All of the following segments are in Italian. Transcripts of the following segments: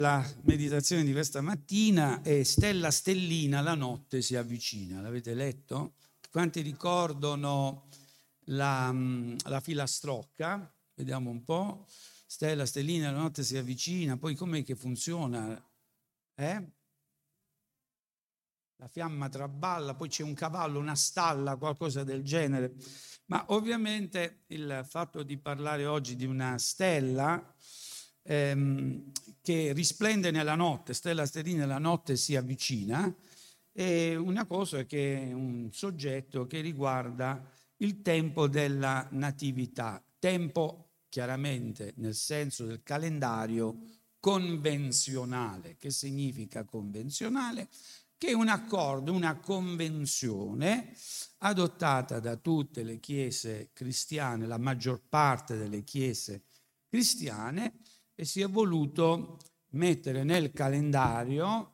La meditazione di questa mattina è Stella stellina, la notte si avvicina. L'avete letto? Quanti ricordano la filastrocca? Vediamo un po'. Stella stellina, la notte si avvicina. Poi com'è che funziona? La fiamma traballa, poi c'è un cavallo, una stalla, qualcosa del genere. Ma ovviamente il fatto di parlare oggi di una stella che risplende nella notte, stella stellina, la notte si avvicina, è una cosa che è un soggetto che riguarda il tempo della natività, tempo chiaramente nel senso del calendario convenzionale. Che significa convenzionale? Che è un accordo, una convenzione adottata da tutte le chiese cristiane, la maggior parte delle chiese cristiane, e si è voluto mettere nel calendario,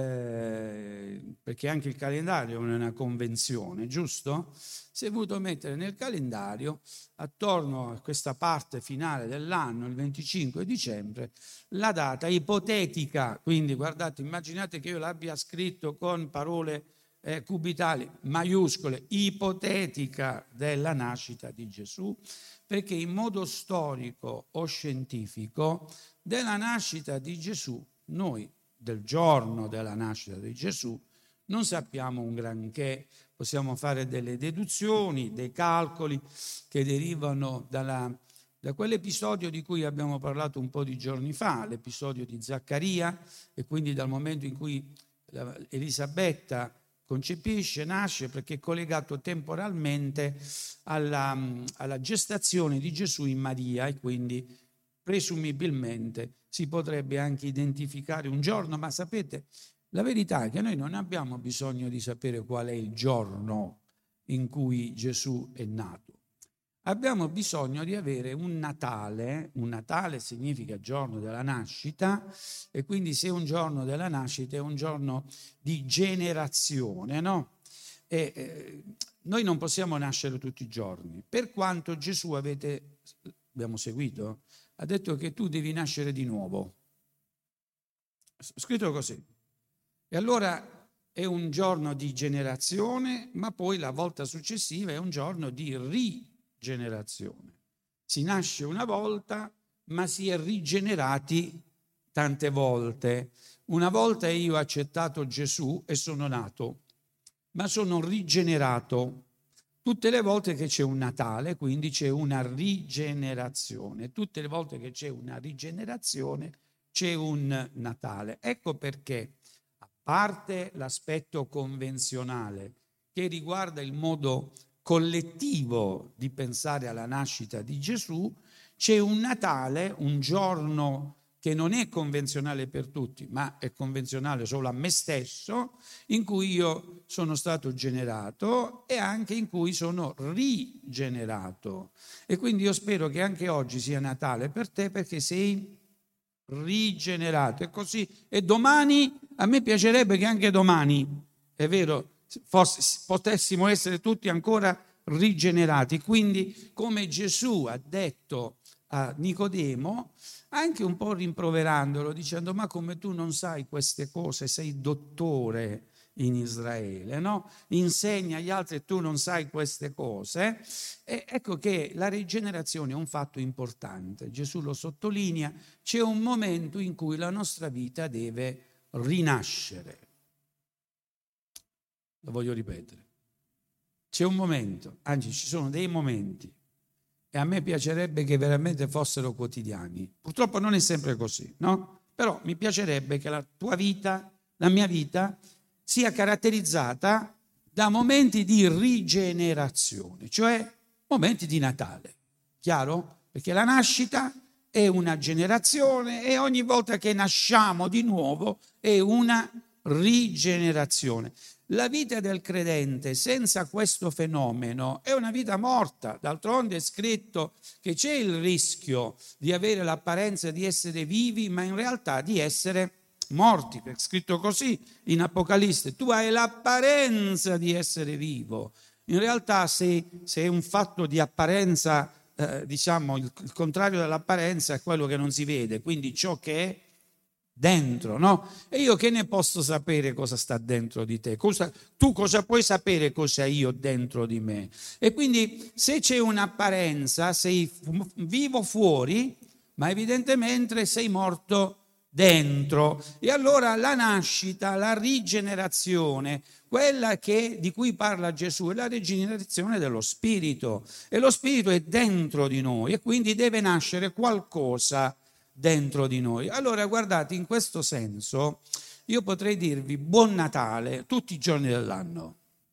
perché anche il calendario è una convenzione, giusto? Si è voluto mettere nel calendario, attorno a questa parte finale dell'anno, il 25 dicembre, la data ipotetica. Quindi guardate, immaginate che io l'abbia scritto con parole cubitali, maiuscole, ipotetica della nascita di Gesù, perché in modo storico o scientifico della nascita di Gesù, noi del giorno della nascita di Gesù non sappiamo un granché. Possiamo fare delle deduzioni, dei calcoli che derivano da quell'episodio di cui abbiamo parlato un po' di giorni fa, l'episodio di Zaccaria, e quindi dal momento in cui Elisabetta concepisce, nasce, perché è collegato temporalmente alla gestazione di Gesù in Maria, e quindi presumibilmente si potrebbe anche identificare un giorno. Ma sapete, la verità è che noi non abbiamo bisogno di sapere qual è il giorno in cui Gesù è nato. Abbiamo bisogno di avere un Natale significa giorno della nascita, e quindi se è un giorno della nascita è un giorno di generazione, no? Noi non possiamo nascere tutti i giorni, per quanto Gesù, abbiamo seguito, ha detto che tu devi nascere di nuovo. Scritto così. E allora è un giorno di generazione, ma poi la volta successiva è un giorno di rigenerazione. Si nasce una volta, ma si è rigenerati tante volte. Una volta io ho accettato Gesù e sono nato, ma sono rigenerato. Tutte le volte che c'è un Natale, quindi c'è una rigenerazione. Tutte le volte che c'è una rigenerazione, c'è un Natale. Ecco perché, a parte l'aspetto convenzionale che riguarda il modo collettivo di pensare alla nascita di Gesù, c'è un Natale, un giorno che non è convenzionale per tutti, ma è convenzionale solo a me stesso, in cui io sono stato generato e anche in cui sono rigenerato. E quindi io spero che anche oggi sia Natale per te, perché sei rigenerato. E così, e domani, a me piacerebbe che anche domani, è vero, potessimo essere tutti ancora rigenerati. Quindi, come Gesù ha detto a Nicodemo, anche un po' rimproverandolo, dicendo: ma come tu non sai queste cose, sei dottore in Israele, no? Insegna agli altri e tu non sai queste cose. E ecco che la rigenerazione è un fatto importante. Gesù lo sottolinea: c'è un momento in cui la nostra vita deve rinascere. Lo voglio ripetere. C'è un momento, anzi ci sono dei momenti, e a me piacerebbe che veramente fossero quotidiani. Purtroppo non è sempre così, no? Però mi piacerebbe che la tua vita, la mia vita, sia caratterizzata da momenti di rigenerazione, cioè momenti di Natale. Chiaro? Perché la nascita è una generazione e ogni volta che nasciamo di nuovo è una rigenerazione. La vita del credente senza questo fenomeno è una vita morta. D'altronde è scritto che c'è il rischio di avere l'apparenza di essere vivi, ma in realtà di essere morti. È scritto così in Apocalisse: tu hai l'apparenza di essere vivo. In realtà se è un fatto di apparenza, il contrario dell'apparenza è quello che non si vede. Quindi ciò che è dentro, no? E io che ne posso sapere cosa sta dentro di te? Tu cosa puoi sapere cosa io dentro di me? E quindi se c'è un'apparenza, sei vivo fuori, ma evidentemente sei morto dentro. E allora la nascita, la rigenerazione, quella di cui parla Gesù, è la rigenerazione dello spirito. E lo spirito è dentro di noi e quindi deve nascere qualcosa dentro di noi. Allora, guardate, in questo senso io potrei dirvi buon Natale tutti i giorni dell'anno.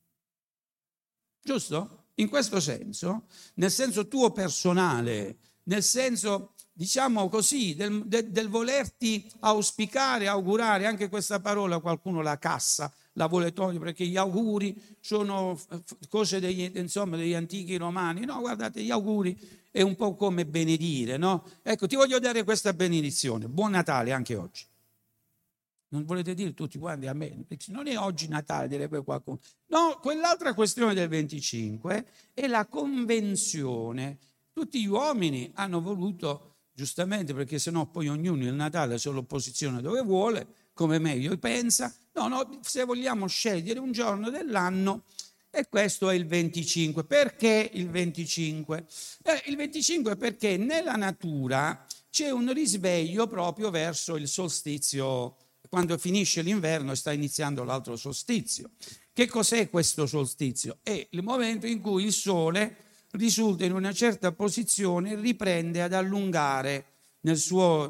Giusto? In questo senso, nel senso tuo personale, nel senso, diciamo così, del volerti auspicare, augurare, anche questa parola qualcuno la cassa, la vuole togliere perché gli auguri sono cose degli antichi romani. No, guardate, gli auguri è un po' come benedire, no? Ecco, ti voglio dare questa benedizione. Buon Natale anche oggi. Non volete dire tutti quanti amen? Perché non è oggi Natale, direbbe qualcuno. No, quell'altra questione del 25 è la convenzione. Tutti gli uomini hanno voluto, giustamente, perché sennò poi ognuno il Natale se lo posiziona dove vuole, come meglio pensa. No, se vogliamo scegliere un giorno dell'anno, e questo è il 25. Perché il 25? Il 25 perché nella natura c'è un risveglio proprio verso il solstizio, quando finisce l'inverno e sta iniziando l'altro solstizio. Che cos'è questo solstizio? È il momento in cui il Sole risulta in una certa posizione e riprende ad allungare nel suo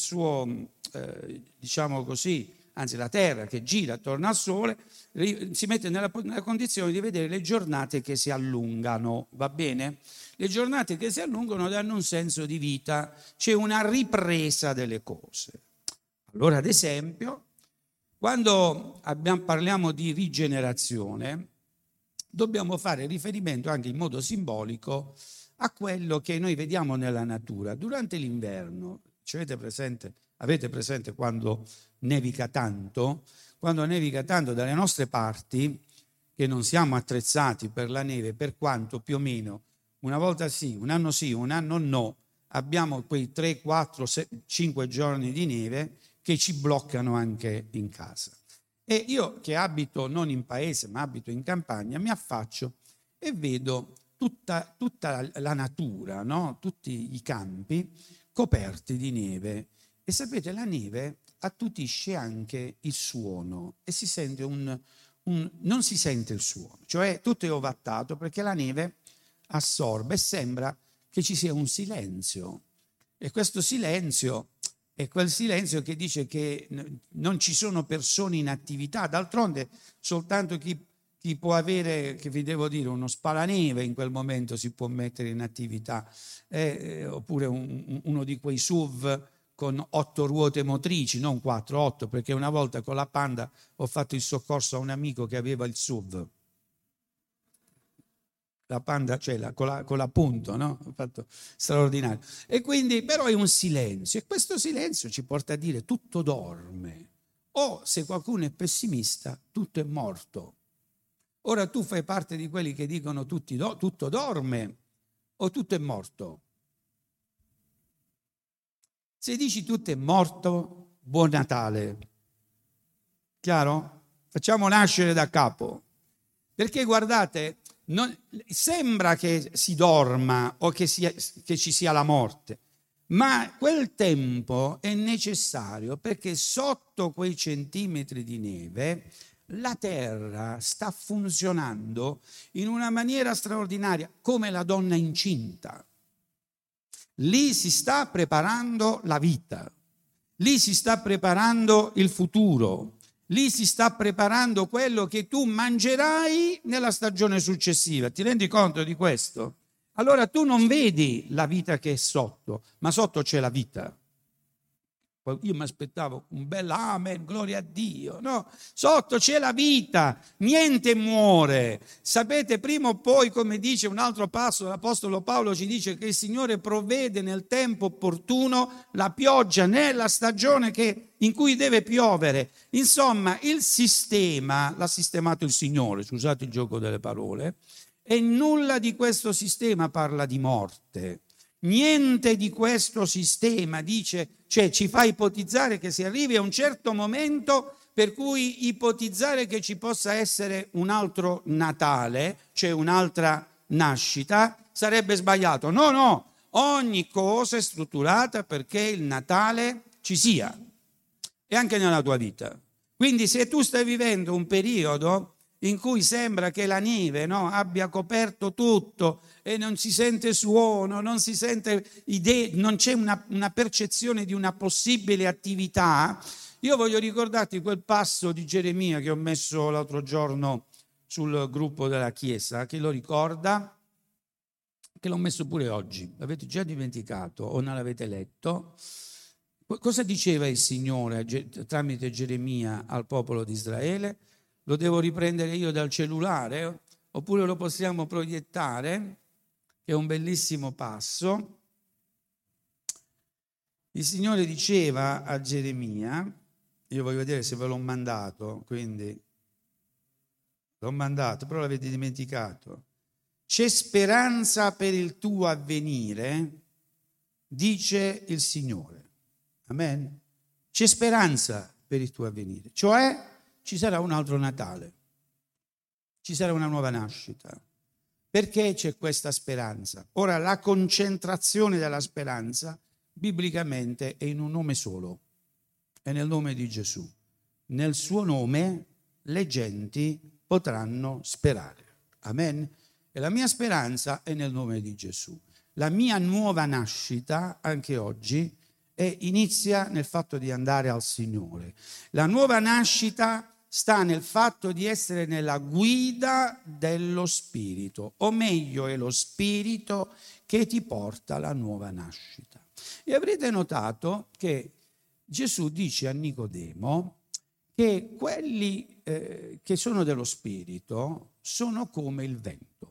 diciamo così, anzi la Terra che gira attorno al Sole, si mette nella condizione di vedere le giornate che si allungano, va bene? Le giornate che si allungano danno un senso di vita, c'è una ripresa delle cose. Allora, ad esempio, quando parliamo di rigenerazione, dobbiamo fare riferimento anche in modo simbolico a quello che noi vediamo nella natura. Durante l'inverno, avete presente quando nevica tanto? Quando nevica tanto dalle nostre parti, che non siamo attrezzati per la neve, per quanto più o meno una volta sì, un anno no, abbiamo quei 3, 4, 5 giorni di neve che ci bloccano anche in casa. E io che abito non in paese ma abito in campagna, mi affaccio e vedo tutta la natura, no? Tutti i campi coperti di neve. E sapete, la neve attutisce anche il suono e si sente non si sente il suono, cioè tutto è ovattato perché la neve assorbe e sembra che ci sia un silenzio. E questo silenzio è quel silenzio che dice che non ci sono persone in attività. D'altronde soltanto chi può avere, che vi devo dire, uno spalaneve in quel momento si può mettere in attività, oppure uno di quei SUV con 8 ruote motrici, non 4, 8, perché una volta con la Panda ho fatto il soccorso a un amico che aveva il SUV. La Panda con la punto, no? Ho fatto straordinario. E quindi però è un silenzio, e questo silenzio ci porta a dire tutto dorme, o se qualcuno è pessimista, tutto è morto. Ora tu fai parte di quelli che dicono tutto dorme o tutto è morto. Se dici tutto è morto, buon Natale. Chiaro? Facciamo nascere da capo. Perché guardate, sembra che si dorma o che ci sia la morte, ma quel tempo è necessario perché sotto quei centimetri di neve la terra sta funzionando in una maniera straordinaria, come la donna incinta. Lì si sta preparando la vita, lì si sta preparando il futuro, lì si sta preparando quello che tu mangerai nella stagione successiva. Ti rendi conto di questo? Allora tu non vedi la vita che è sotto, ma sotto c'è la vita. Io mi aspettavo un bel amen, gloria a Dio. No, sotto c'è la vita, niente muore. Sapete, prima o poi, come dice un altro passo, l'Apostolo Paolo ci dice che il Signore provvede nel tempo opportuno la pioggia nella stagione in cui deve piovere. Insomma, il sistema l'ha sistemato il Signore, scusate il gioco delle parole, e nulla di questo sistema parla di morte. Niente di questo sistema dice, cioè ci fa ipotizzare che si arrivi a un certo momento per cui ipotizzare che ci possa essere un altro Natale, cioè un'altra nascita, sarebbe sbagliato. No, no, ogni cosa è strutturata perché il Natale ci sia, e anche nella tua vita. Quindi se tu stai vivendo un periodo in cui sembra che la neve, no, abbia coperto tutto e non si sente suono, non si sente idee, non c'è una percezione di una possibile attività, io voglio ricordarti quel passo di Geremia che ho messo l'altro giorno sul gruppo della Chiesa. Chi lo ricorda? Che l'ho messo pure oggi. L'avete già dimenticato o non l'avete letto? Cosa diceva il Signore tramite Geremia al popolo di Israele? Lo devo riprendere io dal cellulare oppure lo possiamo proiettare, che è un bellissimo passo. Il Signore diceva a Geremia, io voglio vedere se ve l'ho mandato, quindi l'ho mandato, però l'avete dimenticato. C'è speranza per il tuo avvenire, dice il Signore. Amen. C'è speranza per il tuo avvenire, cioè ci sarà un altro Natale, ci sarà una nuova nascita. Perché c'è questa speranza? Ora, la concentrazione della speranza, biblicamente, è in un nome solo, è nel nome di Gesù. Nel suo nome le genti potranno sperare. Amen. E la mia speranza è nel nome di Gesù. La mia nuova nascita, anche oggi, inizia nel fatto di andare al Signore. La nuova nascita sta nel fatto di essere nella guida dello Spirito, o meglio è lo Spirito che ti porta alla nuova nascita. E avrete notato che Gesù dice a Nicodemo che quelli che sono dello Spirito sono come il vento,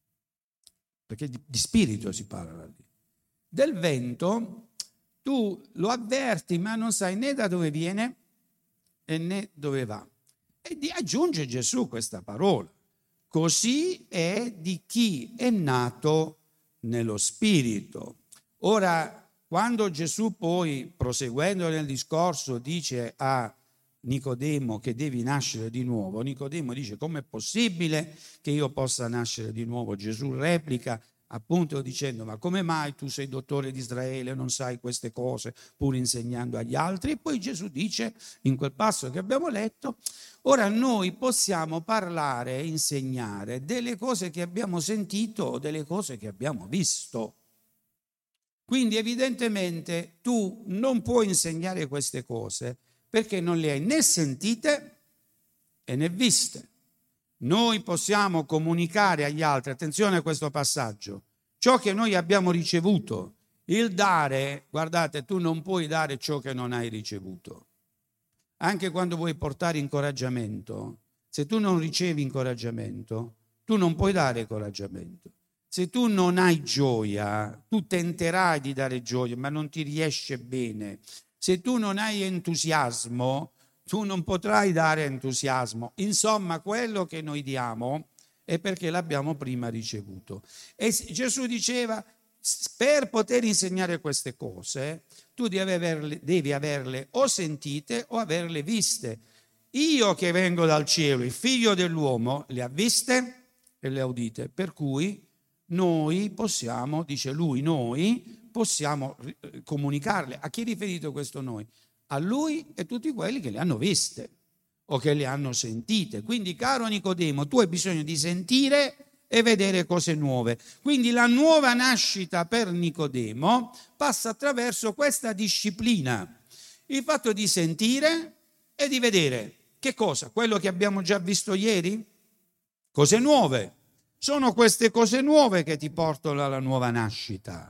perché di Spirito si parla lì. Del vento tu lo avverti, ma non sai né da dove viene e né dove va. E aggiunge Gesù questa parola. Così è di chi è nato nello Spirito. Ora, quando Gesù poi, proseguendo nel discorso, dice a Nicodemo che devi nascere di nuovo, Nicodemo dice: com'è possibile che io possa nascere di nuovo? Gesù replica appunto dicendo: ma come mai tu sei dottore di Israele, non sai queste cose pur insegnando agli altri? E poi Gesù dice in quel passo che abbiamo letto: ora noi possiamo parlare e insegnare delle cose che abbiamo sentito o delle cose che abbiamo visto. Quindi evidentemente tu non puoi insegnare queste cose perché non le hai né sentite e né viste. Noi possiamo comunicare agli altri, attenzione a questo passaggio, ciò che noi abbiamo ricevuto. Il dare, guardate, tu non puoi dare ciò che non hai ricevuto. Anche quando vuoi portare incoraggiamento, se tu non ricevi incoraggiamento, tu non puoi dare incoraggiamento. Se tu non hai gioia, tu tenterai di dare gioia, ma non ti riesce bene. Se tu non hai entusiasmo, tu non potrai dare entusiasmo. Insomma, quello che noi diamo è perché l'abbiamo prima ricevuto. E Gesù diceva: per poter insegnare queste cose, tu devi averle o sentite o averle viste. Io che vengo dal cielo, il figlio dell'uomo, le ha viste e le ha udite. Per cui noi possiamo, dice lui, noi possiamo comunicarle. A chi è riferito questo noi? A lui e tutti quelli che le hanno viste o che le hanno sentite. Quindi, caro Nicodemo, tu hai bisogno di sentire e vedere cose nuove. Quindi la nuova nascita per Nicodemo passa attraverso questa disciplina, il fatto di sentire e di vedere. Che cosa? Quello che abbiamo già visto ieri? Cose nuove. Sono queste cose nuove che ti portano alla nuova nascita.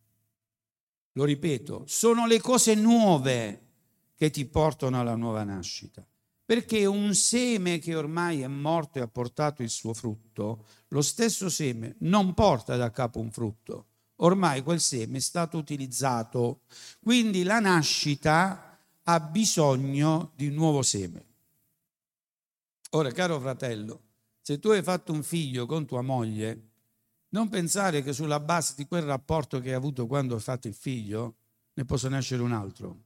Lo ripeto, sono le cose nuove che ti portano alla nuova nascita. Perché un seme che ormai è morto e ha portato il suo frutto, lo stesso seme non porta da capo un frutto. Ormai quel seme è stato utilizzato. Quindi la nascita ha bisogno di un nuovo seme. Ora, caro fratello, se tu hai fatto un figlio con tua moglie, Non pensare che sulla base di quel rapporto che hai avuto quando hai fatto il figlio ne possa nascere un altro.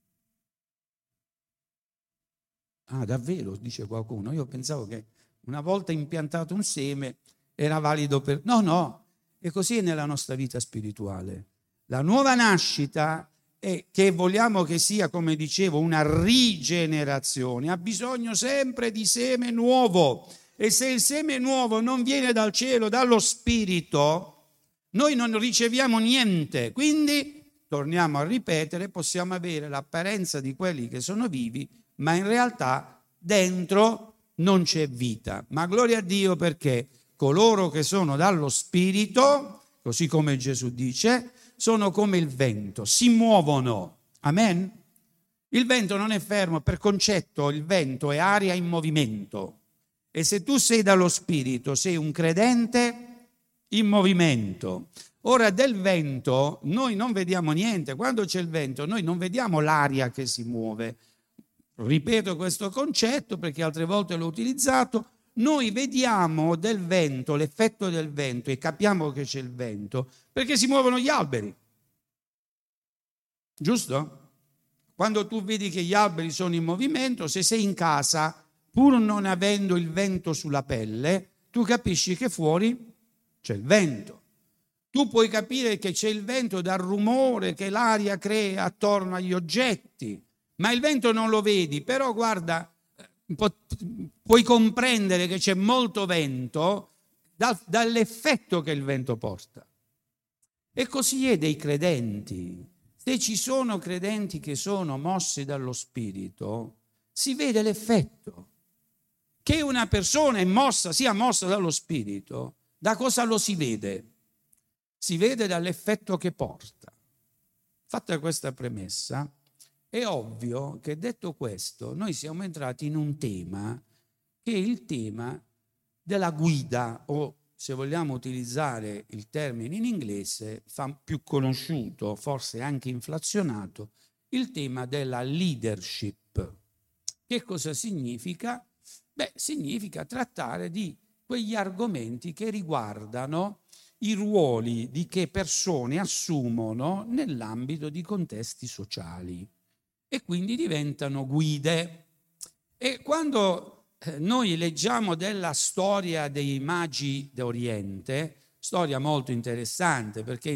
Ah, davvero, dice qualcuno. Io pensavo che una volta impiantato un seme era valido per... No, e così è nella nostra vita spirituale. La nuova nascita, che vogliamo che sia, come dicevo, una rigenerazione, ha bisogno sempre di seme nuovo. E se il seme nuovo non viene dal cielo, dallo Spirito, noi non riceviamo niente. Quindi, torniamo a ripetere, possiamo avere l'apparenza di quelli che sono vivi, ma in realtà dentro non c'è vita. Ma gloria a Dio, perché coloro che sono dallo Spirito, così come Gesù dice, sono come il vento, si muovono. Amen? Il vento non è fermo, per concetto il vento è aria in movimento. E se tu sei dallo Spirito, sei un credente in movimento. Ora, del vento noi non vediamo niente. Quando c'è il vento noi non vediamo l'aria che si muove. Ripeto questo concetto perché altre volte l'ho utilizzato. Noi vediamo del vento, l'effetto del vento, e capiamo che c'è il vento perché si muovono gli alberi. Giusto? Quando tu vedi che gli alberi sono in movimento, se sei in casa, pur non avendo il vento sulla pelle, tu capisci che fuori c'è il vento. Tu puoi capire che c'è il vento dal rumore che l'aria crea attorno agli oggetti, ma il vento non lo vedi, però guarda, puoi comprendere che c'è molto vento dall'effetto che il vento porta. E così è dei credenti. Se ci sono credenti che sono mossi dallo Spirito, si vede l'effetto. Che una persona è mossa, sia mossa dallo Spirito, da cosa lo si vede? Si vede dall'effetto che porta. Fatta questa premessa, è ovvio che detto questo, noi siamo entrati in un tema che è il tema della guida, o se vogliamo utilizzare il termine in inglese, più conosciuto, forse anche inflazionato, il tema della leadership. Che cosa significa? Beh, significa trattare di quegli argomenti che riguardano i ruoli di che persone assumono nell'ambito di contesti sociali e quindi diventano guide. E quando noi leggiamo della storia dei Magi d'Oriente, storia molto interessante perché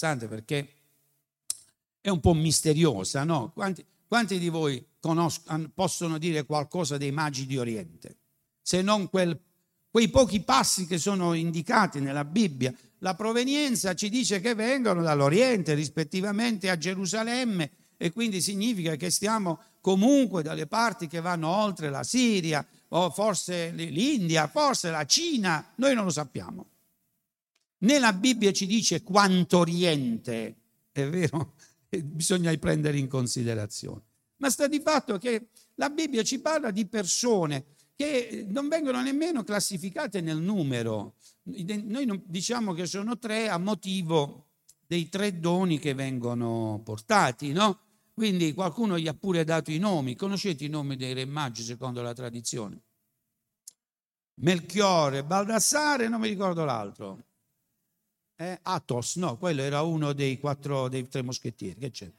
è un po' misteriosa, no? Quanti di voi possono dire qualcosa dei Magi di Oriente? Se non quei pochi passi che sono indicati nella Bibbia. La provenienza ci dice che vengono dall'Oriente, rispettivamente a Gerusalemme, e quindi significa che stiamo comunque dalle parti che vanno oltre la Siria, o forse l'India, forse la Cina, noi non lo sappiamo. Né la Bibbia ci dice quanto Oriente, è vero, bisogna prendere in considerazione. Ma sta di fatto che la Bibbia ci parla di persone che non vengono nemmeno classificate nel numero. Noi diciamo che sono 3 a motivo dei 3 doni che vengono portati, no? Quindi qualcuno gli ha pure dato i nomi. Conoscete i nomi dei re magi secondo la tradizione? Melchiorre, Baldassare, non mi ricordo l'altro. Athos, no, quello era uno dei 3 moschettieri, che c'è?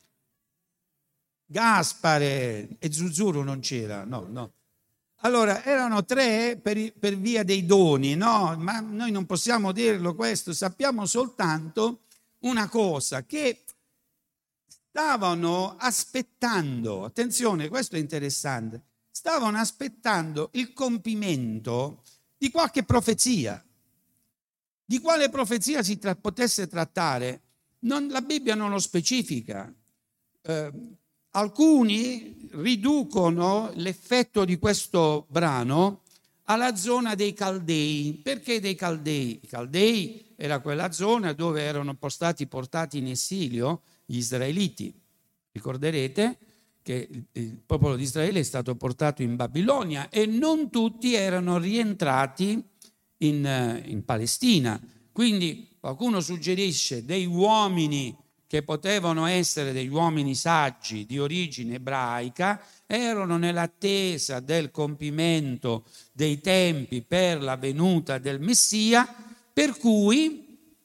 Gaspare e Zuzzurro non c'era, no. Allora, erano 3 per via dei doni, no? Ma noi non possiamo dirlo questo, sappiamo soltanto una cosa, che stavano aspettando, attenzione, questo è interessante, stavano aspettando il compimento di qualche profezia. Di quale profezia si potesse trattare? La Bibbia non lo specifica. Alcuni riducono l'effetto di questo brano alla zona dei Caldei. Perché dei Caldei? I Caldei era quella zona dove erano stati portati in esilio gli israeliti. Ricorderete che il popolo di Israele è stato portato in Babilonia e non tutti erano rientrati in Palestina. Quindi qualcuno suggerisce dei uomini che potevano essere degli uomini saggi di origine ebraica, erano nell'attesa del compimento dei tempi per la venuta del Messia, per cui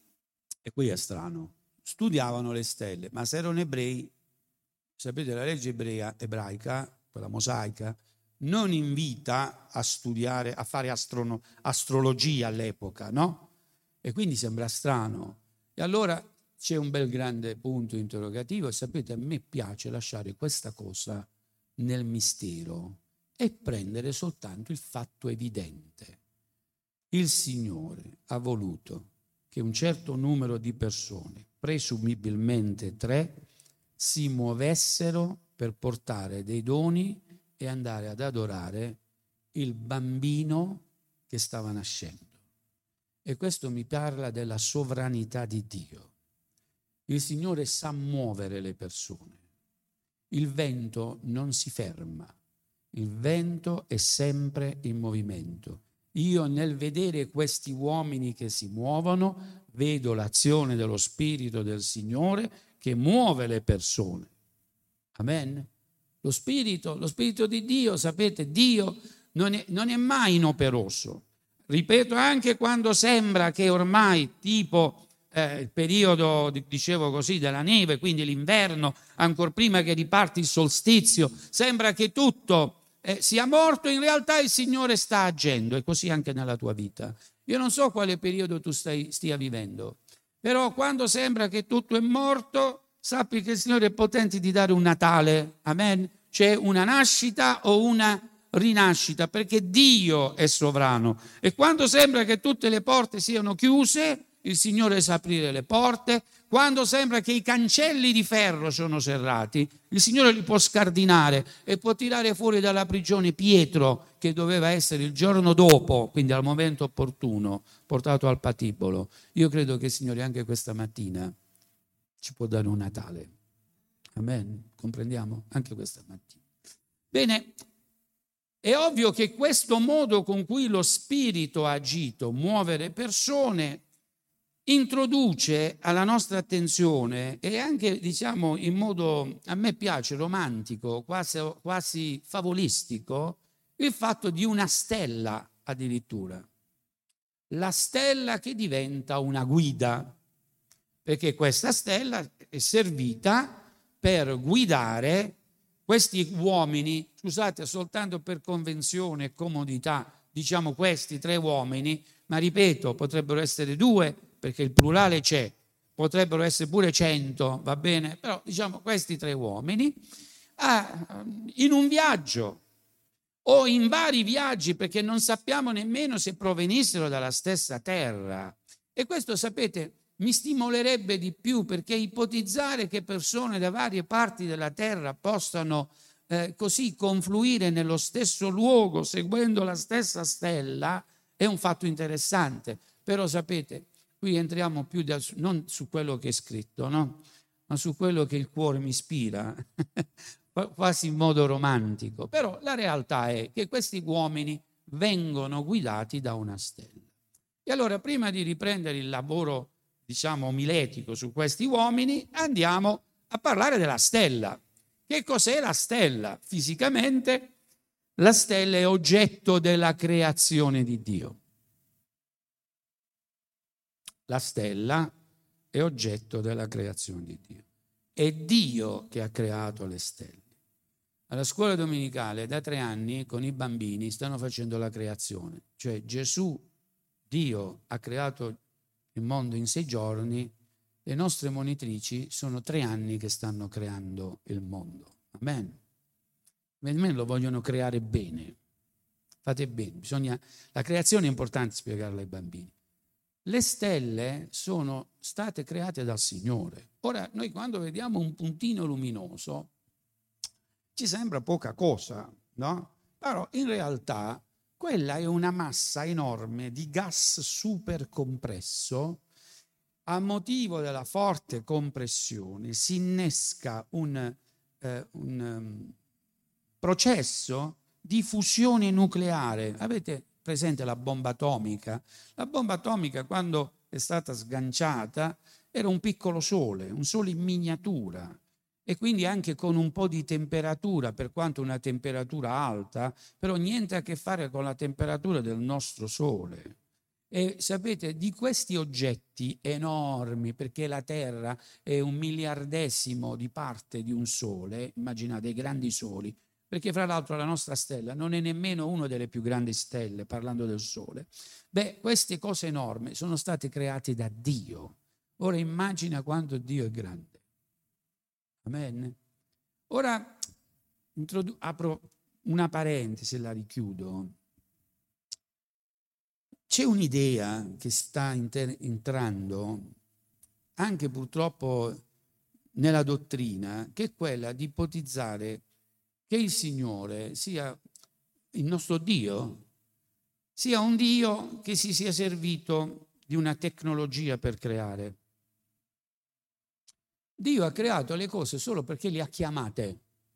E qui è strano, studiavano le stelle, ma se erano ebrei, sapete la legge ebraica, quella mosaica, non invita a studiare, a fare astrologia all'epoca, no? E quindi sembra strano. E allora c'è un bel grande punto interrogativo e sapete, a me piace lasciare questa cosa nel mistero e prendere soltanto il fatto evidente. Il Signore ha voluto che un certo numero di persone, presumibilmente 3, si muovessero per portare dei doni e andare ad adorare il bambino che stava nascendo. E questo mi parla della sovranità di Dio. Il Signore sa muovere le persone. Il vento non si ferma. Il vento è sempre in movimento. Io nel vedere questi uomini che si muovono, vedo l'azione dello Spirito del Signore che muove le persone. Amen? Lo Spirito di Dio, sapete, Dio non è mai inoperoso. Ripeto, anche quando sembra che ormai, tipo il periodo, dicevo così, della neve, quindi l'inverno, ancora prima che riparti il solstizio, sembra che tutto sia morto, in realtà il Signore sta agendo, e così anche nella tua vita. Io non so quale periodo tu stia vivendo, però quando sembra che tutto è morto, sappi che il Signore è potente di dare un Natale, amen? C'è una nascita o una rinascita, perché Dio è sovrano. E quando sembra che tutte le porte siano chiuse, il Signore sa aprire le porte. Quando sembra che i cancelli di ferro sono serrati, il Signore li può scardinare e può tirare fuori dalla prigione Pietro, che doveva essere il giorno dopo, quindi al momento opportuno, portato al patibolo. Io credo che il Signore anche questa mattina ci può dare un Natale. Amen? Comprendiamo? Anche questa mattina. Bene, è ovvio che questo modo con cui lo Spirito ha agito, muovere persone, introduce alla nostra attenzione, e anche diciamo in modo, a me piace, romantico, quasi favolistico, il fatto di una stella addirittura. La stella che diventa una guida, perché questa stella è servita per guidare questi uomini, scusate, soltanto per convenzione e comodità, diciamo questi 3 uomini, ma ripeto, potrebbero essere 2, perché il plurale c'è, potrebbero essere pure 100, va bene? Però diciamo questi 3 uomini in un viaggio o in vari viaggi, perché non sappiamo nemmeno se provenissero dalla stessa terra. E questo, sapete, mi stimolerebbe di più, perché ipotizzare che persone da varie parti della terra possano così confluire nello stesso luogo seguendo la stessa stella è un fatto interessante. Però sapete, qui entriamo più non su quello che è scritto, no? Ma su quello che il cuore mi ispira, quasi in modo romantico. Però la realtà è che questi uomini vengono guidati da una stella. E allora, prima di riprendere il lavoro, diciamo, omiletico su questi uomini, andiamo a parlare della stella. Che cos'è la stella? Fisicamente, la stella è oggetto della creazione di Dio. La stella è oggetto della creazione di Dio. È Dio che ha creato le stelle. Alla scuola domenicale da 3 anni con i bambini stanno facendo la creazione. Cioè Gesù, Dio, ha creato il mondo in 6 giorni. Le nostre monitrici sono 3 anni che stanno creando il mondo. Amen. Almeno lo vogliono creare bene. Fate bene. La creazione è importante spiegarla ai bambini. Le stelle sono state create dal Signore. Ora, noi quando vediamo un puntino luminoso, ci sembra poca cosa, no? Però in realtà quella è una massa enorme di gas super compresso. A motivo della forte compressione si innesca un processo di fusione nucleare. Avete presente la bomba atomica? La bomba atomica, quando è stata sganciata, era un piccolo sole, un sole in miniatura, e quindi anche con un po' di temperatura, per quanto una temperatura alta, però niente a che fare con la temperatura del nostro sole. E sapete, di questi oggetti enormi, perché la Terra è 1/1000° di parte di un Sole, immaginate i grandi soli, perché fra l'altro la nostra stella non è nemmeno una delle più grandi stelle, parlando del Sole. Beh, queste cose enormi sono state create da Dio. Ora immagina quanto Dio è grande. Amen. Ora apro una parentesi e la richiudo. C'è un'idea che sta entrando anche purtroppo nella dottrina, che è quella di ipotizzare che il Signore sia il nostro Dio, sia un Dio che si sia servito di una tecnologia per creare. Dio ha creato le cose solo perché le ha chiamate.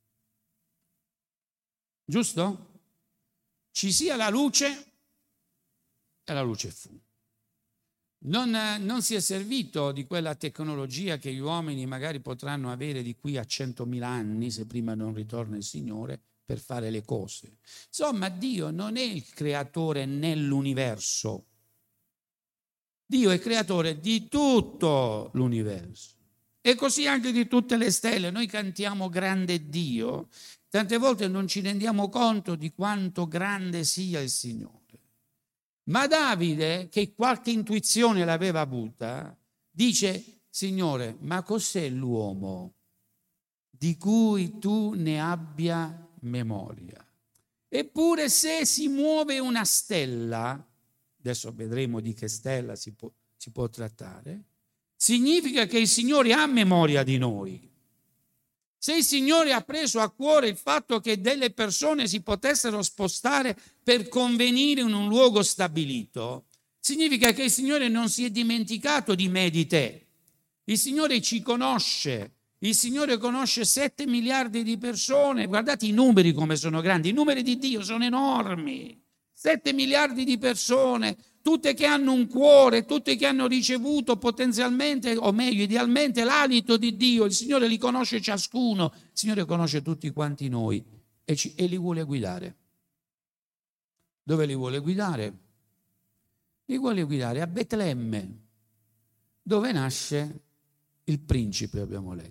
Giusto? Ci sia la luce e la luce fu. Non si è servito di quella tecnologia che gli uomini magari potranno avere di qui a 100.000 anni, se prima non ritorna il Signore, per fare le cose. Insomma, Dio non è il creatore nell'universo. Dio è creatore di tutto l'universo. E così anche di tutte le stelle. Noi cantiamo grande Dio. Tante volte non ci rendiamo conto di quanto grande sia il Signore. Ma Davide, che qualche intuizione l'aveva avuta, dice: Signore, ma cos'è l'uomo di cui tu ne abbia memoria? Eppure se si muove una stella, adesso vedremo di che stella si può trattare, significa che il Signore ha memoria di noi. Se il Signore ha preso a cuore il fatto che delle persone si potessero spostare per convenire in un luogo stabilito, significa che il Signore non si è dimenticato di me e di te. Il Signore ci conosce. Il Signore conosce 7 miliardi di persone. Guardate i numeri come sono grandi. I numeri di Dio sono enormi. 7 miliardi di persone, tutte che hanno un cuore, tutte che hanno ricevuto potenzialmente, o meglio, idealmente, l'alito di Dio. Il Signore li conosce ciascuno. Il Signore conosce tutti quanti noi e li vuole guidare. Dove li vuole guidare? Li vuole guidare a Betlemme, dove nasce il principe, abbiamo letto.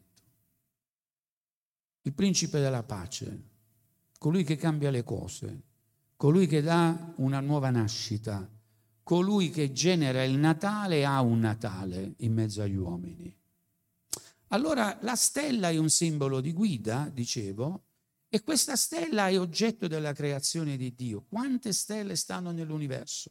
Il principe della pace, colui che cambia le cose, colui che dà una nuova nascita, colui che genera il Natale e ha un Natale in mezzo agli uomini. Allora la stella è un simbolo di guida, dicevo, e questa stella è oggetto della creazione di Dio. Quante stelle stanno nell'universo?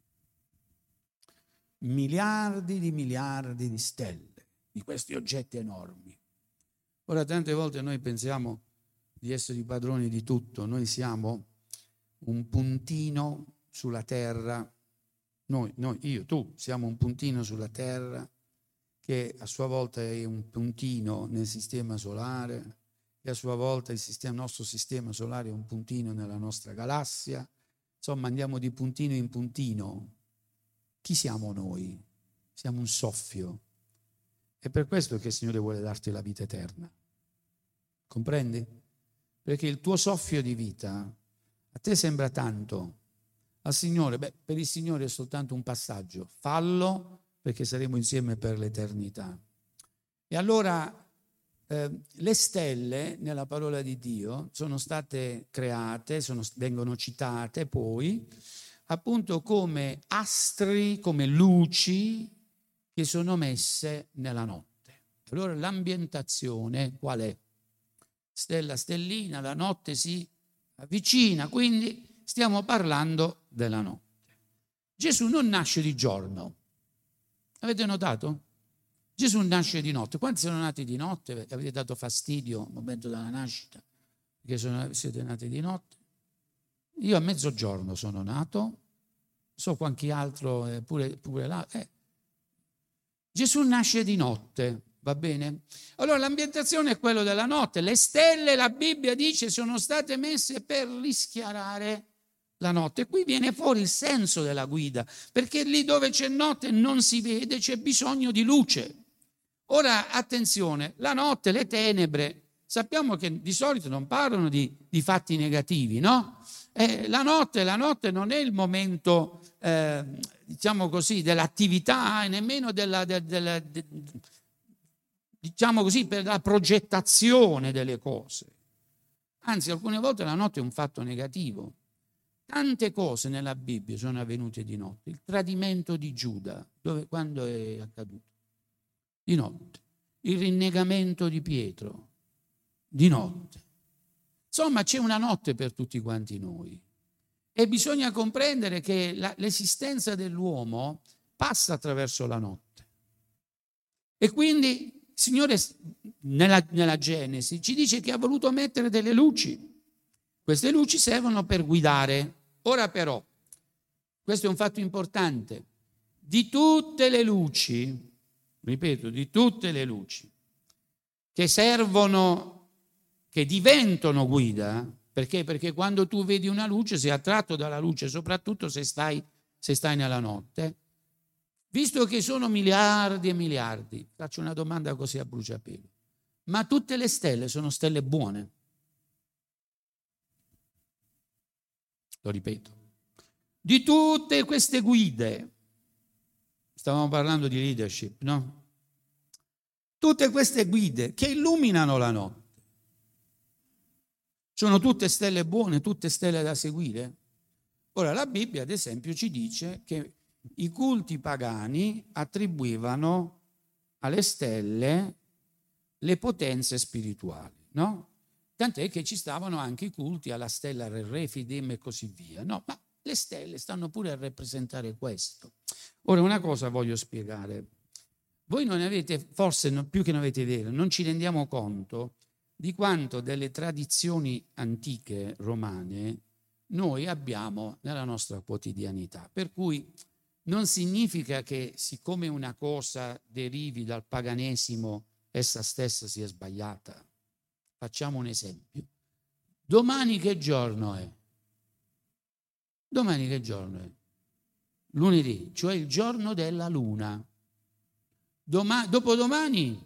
Miliardi di stelle, di questi oggetti enormi. Ora, tante volte noi pensiamo di essere i padroni di tutto, noi siamo un puntino sulla terra, tu, siamo un puntino sulla terra che a sua volta è un puntino nel sistema solare e a sua volta il nostro sistema solare è un puntino nella nostra galassia. Insomma, andiamo di puntino in puntino. Chi siamo noi? Siamo un soffio. È per questo che il Signore vuole darti la vita eterna. Comprendi? Perché il tuo soffio di vita a te sembra tanto, al Signore, per il Signore è soltanto un passaggio. Fallo perché saremo insieme per l'eternità. E allora le stelle nella parola di Dio sono state create, vengono citate poi appunto come astri, come luci che sono messe nella notte. Allora l'ambientazione qual è? Stella, stellina, la notte si avvicina, quindi stiamo parlando della notte. Gesù non nasce di giorno. Avete notato? Gesù nasce di notte. Quanti sono nati di notte? Avete dato fastidio al momento della nascita? Perché siete nati di notte? Io a mezzogiorno sono nato, so qualche altro pure là. Gesù nasce di notte, va bene? Allora l'ambientazione è quella della notte. Le stelle, la Bibbia dice, sono state messe per rischiarare la notte. Qui viene fuori il senso della guida, perché lì dove c'è notte non si vede, c'è bisogno di luce. Ora, attenzione, la notte, le tenebre, sappiamo che di solito non parlano di fatti negativi, no? La notte non è il momento, diciamo così, dell'attività e nemmeno diciamo così, per la progettazione delle cose. Anzi, alcune volte la notte è un fatto negativo. Tante cose nella Bibbia sono avvenute di notte. Il tradimento di Giuda, quando è accaduto? Di notte. Il rinnegamento di Pietro, di notte. Insomma, c'è una notte per tutti quanti noi. E bisogna comprendere che l'esistenza dell'uomo passa attraverso la notte. E quindi il Signore nella Genesi ci dice che ha voluto mettere delle luci. Queste luci servono per guidare. Ora però, questo è un fatto importante, di tutte le luci, ripeto, di tutte le luci che servono, che diventano guida, perché? Perché quando tu vedi una luce sei attratto dalla luce, soprattutto se stai nella notte. Visto che sono miliardi e miliardi, faccio una domanda così a bruciapelo, ma tutte le stelle sono stelle buone? Lo ripeto, di tutte queste guide, stavamo parlando di leadership, no? Tutte queste guide che illuminano la notte, sono tutte stelle buone, tutte stelle da seguire? Ora, la Bibbia, ad esempio, ci dice che i culti pagani attribuivano alle stelle le potenze spirituali, no? Tant'è che ci stavano anche i culti alla stella Re, Fidem e così via, no? Ma le stelle stanno pure a rappresentare questo. Ora, una cosa voglio spiegare. Voi non avete, forse più che non avete idea, non ci rendiamo conto di quanto delle tradizioni antiche romane noi abbiamo nella nostra quotidianità. Per cui non significa che siccome una cosa derivi dal paganesimo, essa stessa sia sbagliata. Facciamo un esempio. Domani che giorno è? Domani che giorno è? Lunedì, cioè il giorno della luna. Dopodomani,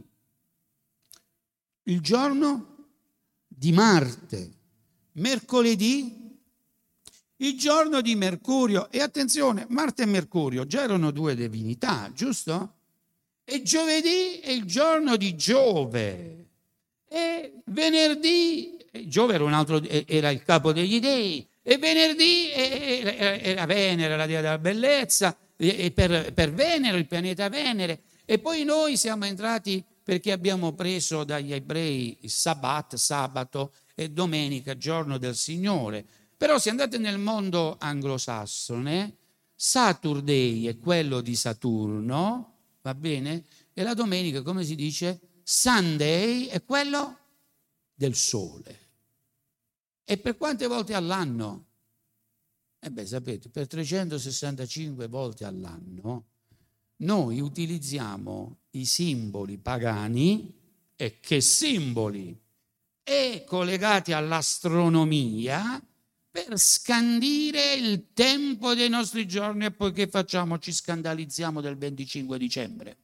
il giorno di Marte. Mercoledì, il giorno di Mercurio. E attenzione, Marte e Mercurio già erano due divinità, giusto? E giovedì è il giorno di Giove. E venerdì, Giove era un altro, era il capo degli dei, e venerdì era Venere, la dea della bellezza, e per Venere, il pianeta Venere. E poi noi siamo entrati perché abbiamo preso dagli ebrei il sabato e domenica, giorno del Signore. Però se andate nel mondo anglosassone, Saturday è quello di Saturno, va bene? E la domenica, come si dice? Sunday è quello del Sole. E per quante volte all'anno? Sapete, per 365 volte all'anno noi utilizziamo i simboli pagani, e che simboli? E collegati all'astronomia per scandire il tempo dei nostri giorni, e poi che facciamo? Ci scandalizziamo del 25 dicembre.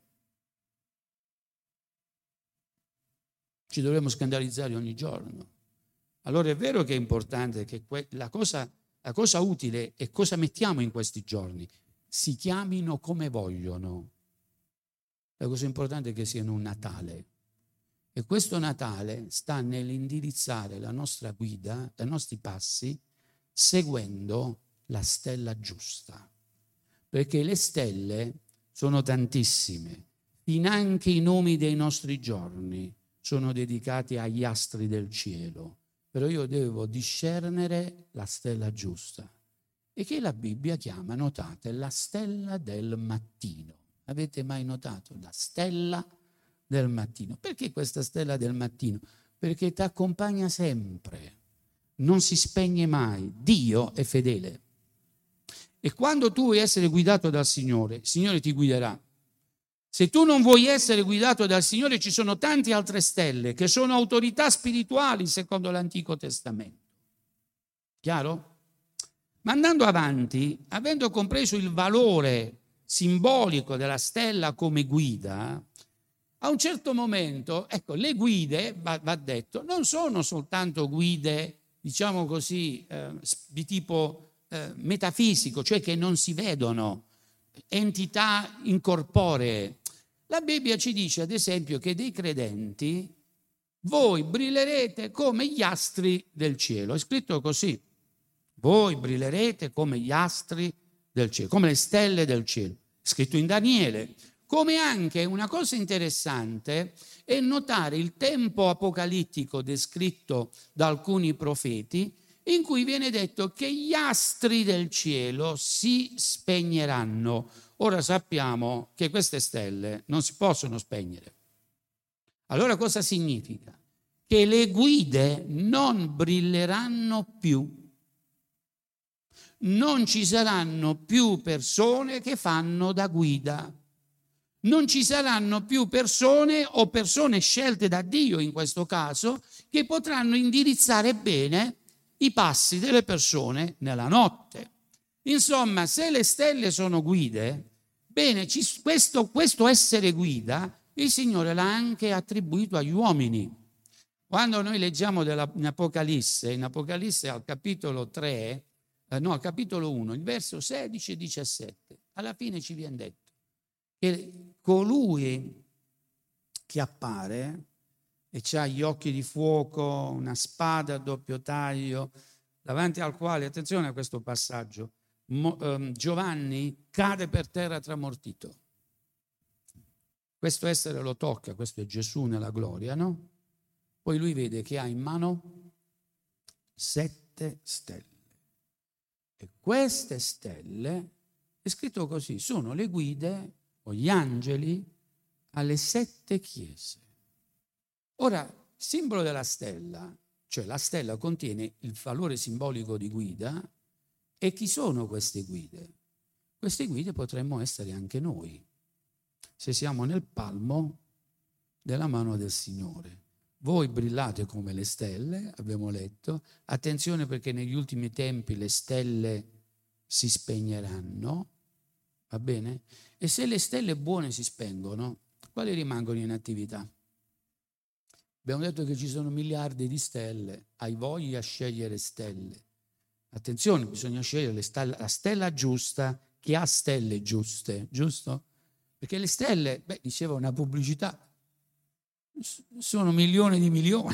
Ci dovremmo scandalizzare ogni giorno. Allora è vero che è importante che la cosa utile è cosa mettiamo in questi giorni. Si chiamino come vogliono. La cosa importante è che siano un Natale. E questo Natale sta nell'indirizzare la nostra guida, i nostri passi, seguendo la stella giusta. Perché le stelle sono tantissime. Finanche i nomi dei nostri giorni sono dedicati agli astri del cielo. Però io devo discernere la stella giusta. E che la Bibbia chiama, notate, la stella del mattino. Avete mai notato? La stella del mattino. Perché questa stella del mattino? Perché ti accompagna sempre, non si spegne mai. Dio è fedele. E quando tu vuoi essere guidato dal Signore, il Signore ti guiderà. Se tu non vuoi essere guidato dal Signore, ci sono tante altre stelle che sono autorità spirituali secondo l'Antico Testamento. Chiaro? Ma andando avanti, avendo compreso il valore simbolico della stella come guida, a un certo momento, ecco, le guide, va detto, non sono soltanto guide, diciamo così, di tipo metafisico, cioè che non si vedono. entità incorporee. La Bibbia ci dice, ad esempio, che dei credenti voi brillerete come gli astri del cielo. È scritto così. Voi brillerete come gli astri del cielo, come le stelle del cielo. È scritto in Daniele. Come anche una cosa interessante è notare il tempo apocalittico descritto da alcuni profeti, in cui viene detto che gli astri del cielo si spegneranno. Ora sappiamo che queste stelle non si possono spegnere. Allora cosa significa? Che le guide non brilleranno più. Non ci saranno più persone che fanno da guida. Non ci saranno più persone o persone scelte da Dio in questo caso che potranno indirizzare bene i passi delle persone nella notte. Insomma, se le stelle sono guide, bene, questo essere guida il Signore l'ha anche attribuito agli uomini. Quando noi leggiamo in Apocalisse al capitolo 3, al capitolo 1, il verso 16 e 17, alla fine ci viene detto che colui che appare e ha gli occhi di fuoco, una spada a doppio taglio, davanti al quale, attenzione a questo passaggio, Giovanni cade per terra tramortito. Questo essere lo tocca, questo è Gesù nella gloria, no? Poi lui vede che ha in mano 7 stelle. E queste stelle, è scritto così, sono le guide o gli angeli alle 7 chiese. Ora, il simbolo della stella, cioè la stella contiene il valore simbolico di guida, e chi sono queste guide? Queste guide potremmo essere anche noi, se siamo nel palmo della mano del Signore. Voi brillate come le stelle, abbiamo letto, attenzione perché negli ultimi tempi le stelle si spegneranno, va bene? E se le stelle buone si spengono, quali rimangono in attività? Abbiamo detto che ci sono miliardi di stelle, hai voglia a scegliere stelle. Attenzione, bisogna scegliere la stella giusta che ha stelle giuste, giusto? Perché le stelle, diceva una pubblicità, sono milioni di milioni.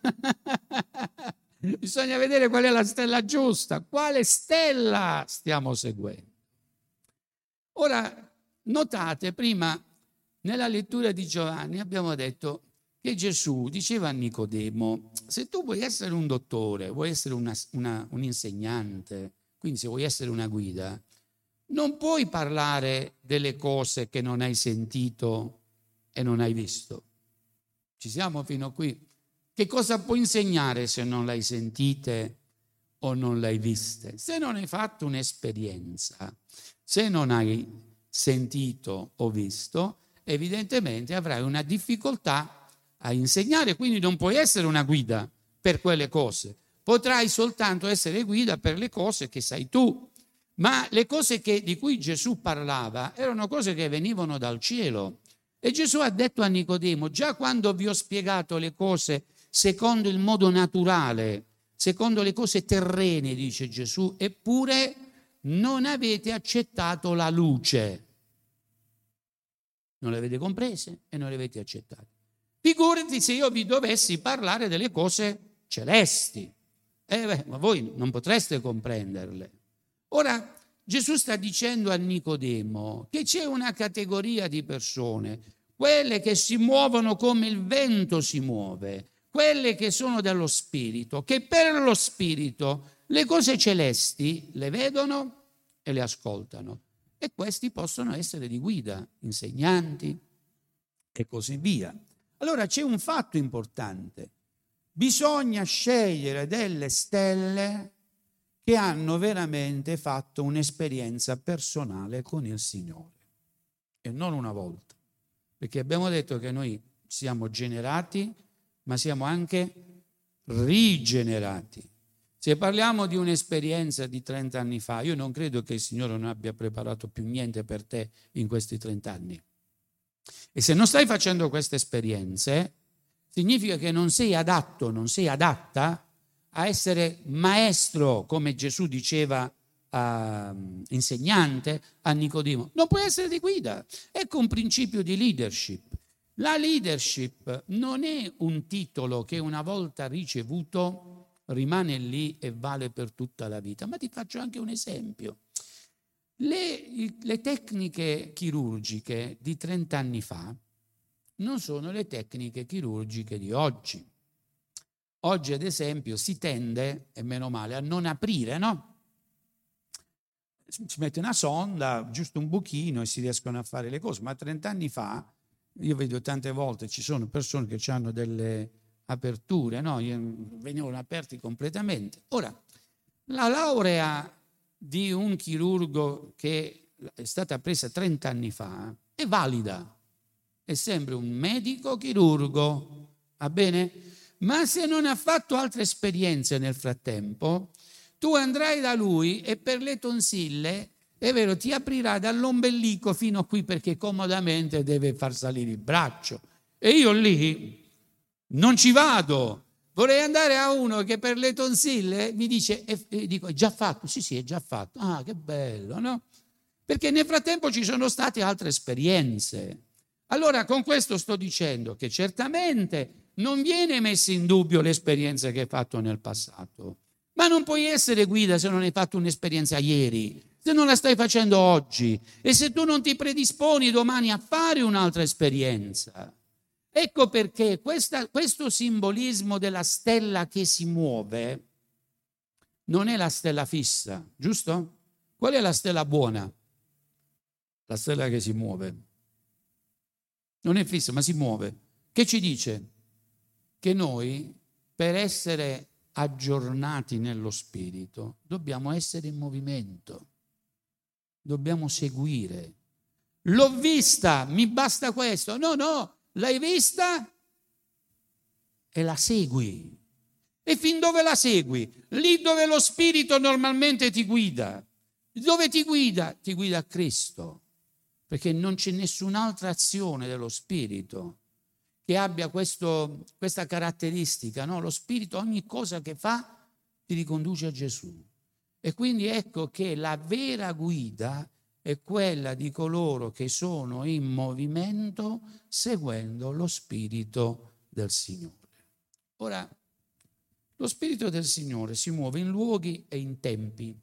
Bisogna vedere qual è la stella giusta, quale stella stiamo seguendo. Ora, notate, prima nella lettura di Giovanni abbiamo detto che Gesù diceva a Nicodemo, se tu vuoi essere un dottore, vuoi essere un insegnante, quindi se vuoi essere una guida, non puoi parlare delle cose che non hai sentito e non hai visto. Ci siamo fino a qui? Che cosa puoi insegnare se non l'hai sentite o non l'hai viste? Se non hai fatto un'esperienza, se non hai sentito o visto, evidentemente avrai una difficoltà a insegnare, quindi non puoi essere una guida per quelle cose. Potrai soltanto essere guida per le cose che sai tu, ma le cose di cui Gesù parlava erano cose che venivano dal cielo. E Gesù ha detto a Nicodemo, già quando vi ho spiegato le cose secondo il modo naturale, secondo le cose terrene, dice Gesù, eppure non avete accettato la luce. Non le avete comprese e non le avete accettate. Figurati se io vi dovessi parlare delle cose celesti. Ma voi non potreste comprenderle. Ora, Gesù sta dicendo a Nicodemo che c'è una categoria di persone, quelle che si muovono come il vento si muove, quelle che sono dello spirito, che per lo spirito le cose celesti le vedono e le ascoltano. E questi possono essere di guida, insegnanti e così via. Allora c'è un fatto importante. Bisogna scegliere delle stelle che hanno veramente fatto un'esperienza personale con il Signore. E non una volta. Perché abbiamo detto che noi siamo generati, ma siamo anche rigenerati. Se parliamo di un'esperienza di 30 anni fa, io non credo che il Signore non abbia preparato più niente per te in questi 30 anni. E se non stai facendo queste esperienze, significa che non sei adatto, non sei adatta a essere maestro, come Gesù diceva insegnante, a Nicodemo, non puoi essere di guida. Ecco un principio di leadership. La leadership non è un titolo che una volta ricevuto rimane lì e vale per tutta la vita, ma ti faccio anche un esempio. Le tecniche chirurgiche di 30 anni fa non sono le tecniche chirurgiche di oggi. Oggi, ad esempio, si tende, e meno male, a non aprire, no? Si mette una sonda, giusto un buchino e si riescono a fare le cose, ma 30 anni fa, io vedo tante volte, ci sono persone che hanno delle aperture, no? Venivano aperti completamente. Ora, la laurea di un chirurgo che è stata presa 30 anni fa è valida, è sempre un medico chirurgo, va bene? Ma se non ha fatto altre esperienze nel frattempo, tu andrai da lui e per le tonsille, è vero, ti aprirà dall'ombelico fino a qui perché comodamente deve far salire il braccio. E io lì non ci vado. Vorrei andare a uno che per le tonsille mi dice, e dico, è già fatto? Sì, sì, è già fatto. Ah, che bello, no? Perché nel frattempo ci sono state altre esperienze. Allora, con questo sto dicendo che certamente non viene messa in dubbio l'esperienza che hai fatto nel passato, ma non puoi essere guida se non hai fatto un'esperienza ieri, se non la stai facendo oggi e se tu non ti predisponi domani a fare un'altra esperienza. Ecco perché questo simbolismo della stella che si muove non è la stella fissa, giusto? Qual è la stella buona? La stella che si muove. Non è fissa, ma si muove. Che ci dice? Che noi, per essere aggiornati nello spirito, dobbiamo essere in movimento, dobbiamo seguire. L'ho vista, mi basta questo. No, l'hai vista e la segui. E fin dove la segui? Lì dove lo spirito normalmente ti guida. Dove ti guida? Ti guida a Cristo. Perché non c'è nessun'altra azione dello spirito che abbia questa caratteristica, no? Lo spirito ogni cosa che fa ti riconduce a Gesù. E quindi ecco che la vera guida è quella di coloro che sono in movimento seguendo lo spirito del Signore. Ora, lo spirito del Signore si muove in luoghi e in tempi.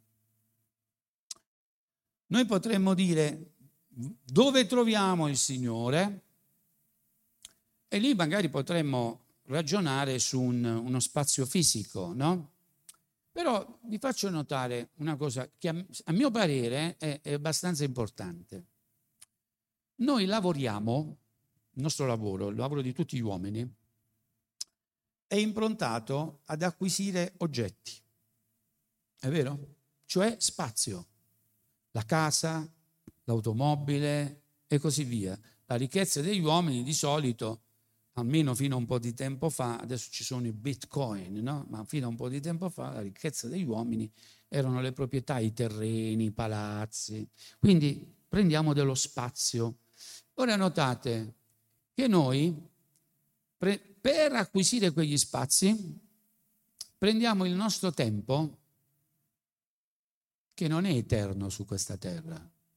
Noi potremmo dire dove troviamo il Signore? E lì magari potremmo ragionare su uno spazio fisico, no? Però vi faccio notare una cosa che a mio parere è abbastanza importante. Noi lavoriamo, il nostro lavoro, il lavoro di tutti gli uomini, è improntato ad acquisire oggetti, è vero? Cioè spazio, la casa, l'automobile e così via. La ricchezza degli uomini di solito, almeno fino a un po' di tempo fa, adesso ci sono i bitcoin, no? Ma fino a un po' di tempo fa la ricchezza degli uomini erano le proprietà, i terreni, i palazzi. Quindi prendiamo dello spazio. Ora notate che noi, per acquisire quegli spazi, prendiamo il nostro tempo, che non è eterno su questa terra.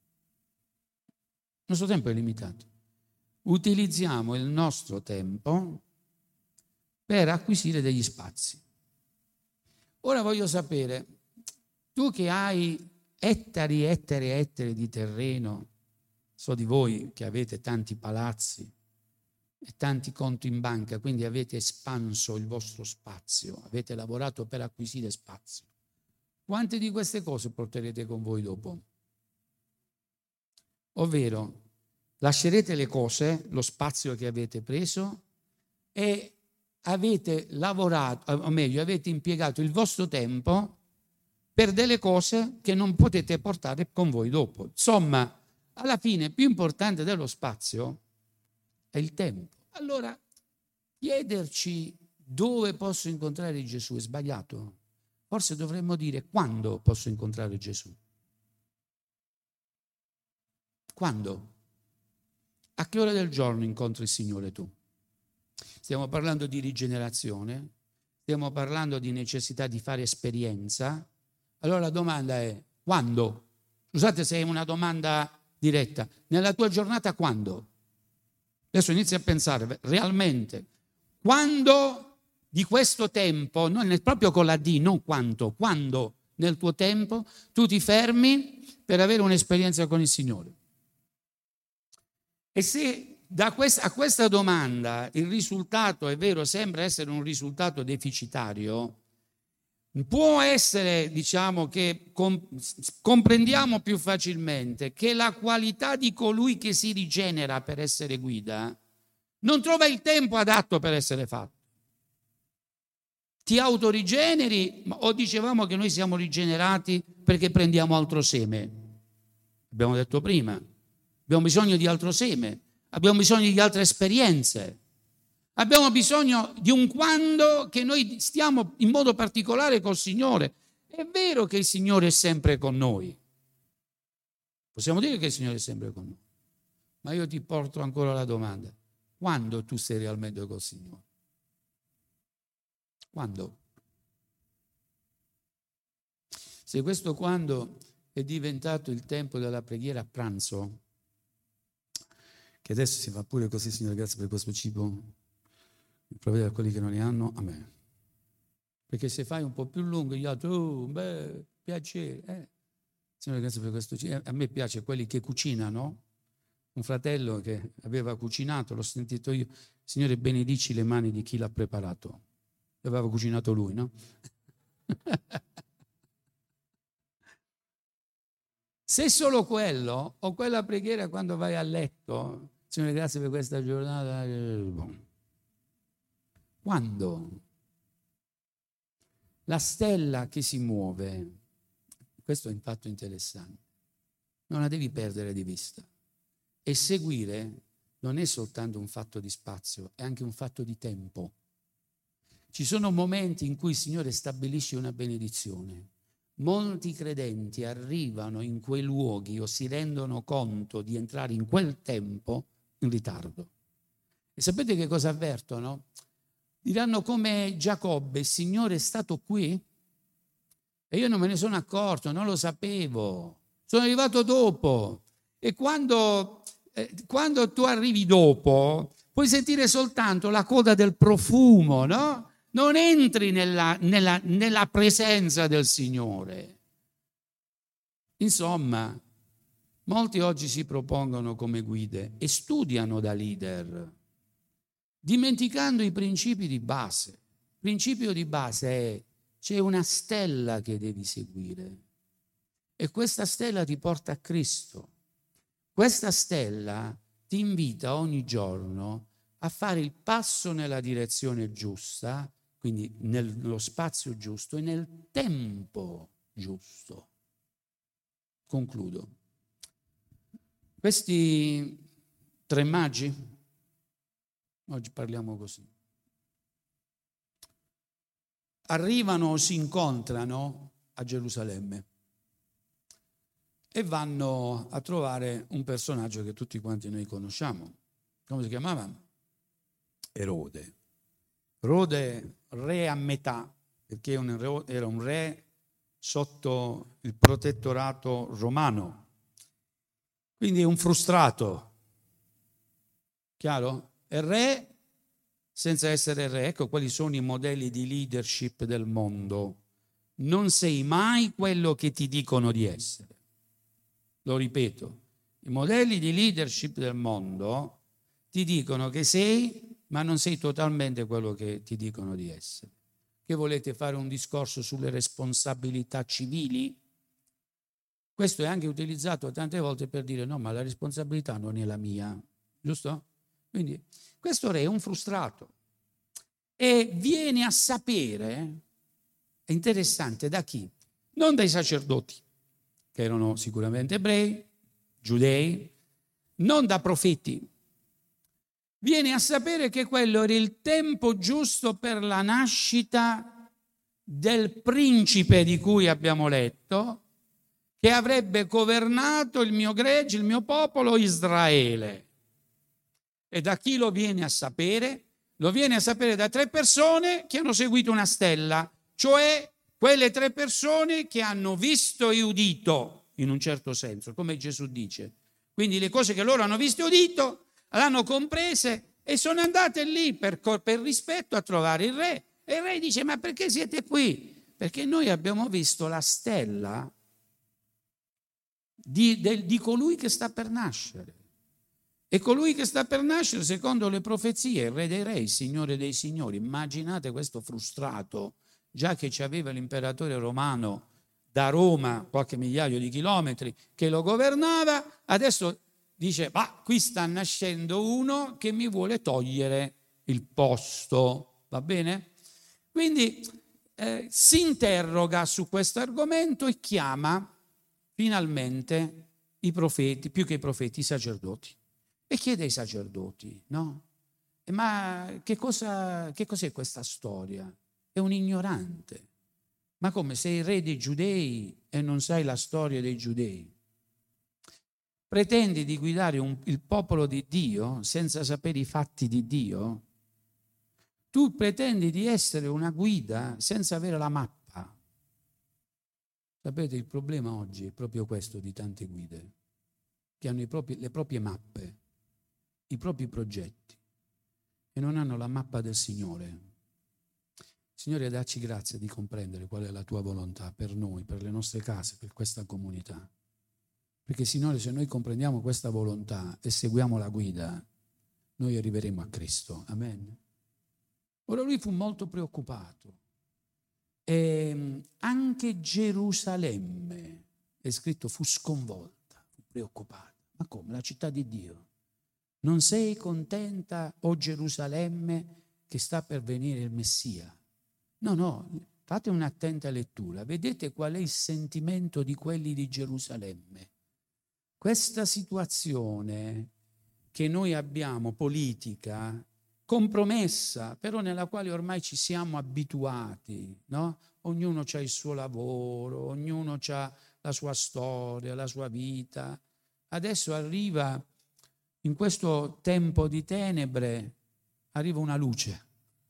Il nostro tempo è limitato. Utilizziamo il nostro tempo per acquisire degli spazi. Ora voglio sapere, tu che hai ettari e ettari e ettari di terreno, so di voi che avete tanti palazzi e tanti conti in banca, quindi avete espanso il vostro spazio, avete lavorato per acquisire spazio. Quante di queste cose porterete con voi dopo? Ovvero, lascerete le cose, lo spazio che avete preso e avete lavorato, o meglio, avete impiegato il vostro tempo per delle cose che non potete portare con voi dopo. Insomma, alla fine, più importante dello spazio è il tempo. Allora, chiederci dove posso incontrare Gesù è sbagliato. Forse dovremmo dire quando posso incontrare Gesù. Quando? A che ora del giorno incontri il Signore tu? Stiamo parlando di rigenerazione, stiamo parlando di necessità di fare esperienza. Allora la domanda è, Quando? Scusate se è una domanda diretta. Nella tua giornata quando? Adesso inizi a pensare realmente. Quando di questo tempo, non proprio con la D, non quanto, quando nel tuo tempo tu ti fermi per avere un'esperienza con il Signore? E se a questa domanda il risultato, è vero, sembra essere un risultato deficitario, può essere, diciamo, che comprendiamo più facilmente che la qualità di colui che si rigenera per essere guida non trova il tempo adatto per essere fatto. Ti autorigeneri o dicevamo che noi siamo rigenerati perché prendiamo altro seme? Abbiamo detto prima, abbiamo bisogno di altro seme, abbiamo bisogno di altre esperienze, abbiamo bisogno di un quando che noi stiamo in modo particolare col Signore. È vero che il Signore è sempre con noi, possiamo dire che il Signore è sempre con noi, ma io ti porto ancora la domanda: quando tu sei realmente col Signore? Quando? Se questo quando è diventato il tempo della preghiera a pranzo, che adesso si fa pure così, Signore, grazie per questo cibo, provvede a quelli che non ne hanno, amen. Perché se fai un po' più lungo, gli altri, piacere. Signore, grazie per questo cibo. A me piace quelli che cucinano. Un fratello che aveva cucinato, l'ho sentito io, Signore, benedici le mani di chi l'ha preparato. Aveva cucinato lui, no? Se solo quello, o quella preghiera quando vai a letto, Signore, grazie per questa giornata. Quando? La stella che si muove, questo è un fatto interessante, non la devi perdere di vista. E seguire non è soltanto un fatto di spazio, è anche un fatto di tempo. Ci sono momenti in cui il Signore stabilisce una benedizione. Molti credenti arrivano in quei luoghi o si rendono conto di entrare in quel tempo in ritardo. E sapete che cosa avvertono? Diranno come Giacobbe: il Signore è stato qui e io non me ne sono accorto, non lo sapevo, sono arrivato dopo. E quando tu arrivi dopo puoi sentire soltanto la coda del profumo, no? Non entri nella presenza del Signore. Insomma, molti oggi si propongono come guide e studiano da leader, dimenticando i principi di base. Il principio di base è: c'è una stella che devi seguire e questa stella ti porta a Cristo. Questa stella ti invita ogni giorno a fare il passo nella direzione giusta, quindi nello spazio giusto e nel tempo giusto. Concludo. Questi 3 magi, oggi parliamo così, arrivano o si incontrano a Gerusalemme e vanno a trovare un personaggio che tutti quanti noi conosciamo. Come si chiamava? Erode. Erode, re a metà, perché era un re sotto il protettorato romano. Quindi è un frustrato. Chiaro? È re senza essere re. Ecco quali sono i modelli di leadership del mondo. Non sei mai quello che ti dicono di essere. Lo ripeto, i modelli di leadership del mondo ti dicono che sei, ma non sei totalmente quello che ti dicono di essere. Che volete fare un discorso sulle responsabilità civili? Questo è anche utilizzato tante volte per dire: no, ma la responsabilità non è la mia, giusto? Quindi questo re è un frustrato e viene a sapere, è interessante, da chi? Non dai sacerdoti, che erano sicuramente ebrei, giudei, non da profeti. Viene a sapere che quello era il tempo giusto per la nascita del principe di cui abbiamo letto, che avrebbe governato il mio gregge, il mio popolo Israele. E da chi lo viene a sapere? Lo viene a sapere da 3 persone che hanno seguito una stella, cioè Quelle 3 persone che hanno visto e udito, in un certo senso, come Gesù dice. Quindi le cose che loro hanno visto e udito, l'hanno comprese e sono andate lì per rispetto a trovare il re. E il re dice: ma perché siete qui? Perché noi abbiamo visto la stella di colui che sta per nascere. E colui che sta per nascere, secondo le profezie, il re dei re, il signore dei signori. Immaginate questo frustrato, già che ci aveva l'imperatore romano da Roma, qualche migliaio di chilometri, che lo governava, adesso dice: ma qui sta nascendo uno che mi vuole togliere il posto, va bene? Quindi si interroga su questo argomento e chiama finalmente i profeti, più che i profeti, i sacerdoti. E chiede ai sacerdoti, no? Ma che cos'è questa storia? È un ignorante. Ma come, sei il re dei giudei e non sai la storia dei giudei? Pretendi di guidare il popolo di Dio senza sapere i fatti di Dio? Tu pretendi di essere una guida senza avere la mappa. Sapete, il problema oggi è proprio questo di tante guide, che hanno le proprie mappe, i propri progetti e non hanno la mappa del Signore. Signore, dacci grazia di comprendere qual è la tua volontà per noi, per le nostre case, per questa comunità. Perché Signore, se noi comprendiamo questa volontà e seguiamo la guida, noi arriveremo a Cristo. Amen. Ora lui fu molto preoccupato. E anche Gerusalemme, è scritto, fu sconvolta, fu preoccupata. Ma come? La città di Dio? Non sei contenta, o Gerusalemme, che sta per venire il Messia? No, fate un'attenta lettura, vedete qual è il sentimento di quelli di Gerusalemme. Questa situazione che noi abbiamo, politica, compromessa, però nella quale ormai ci siamo abituati, no? Ognuno ha il suo lavoro, ognuno ha la sua storia, la sua vita. Adesso arriva, in questo tempo di tenebre, arriva una luce.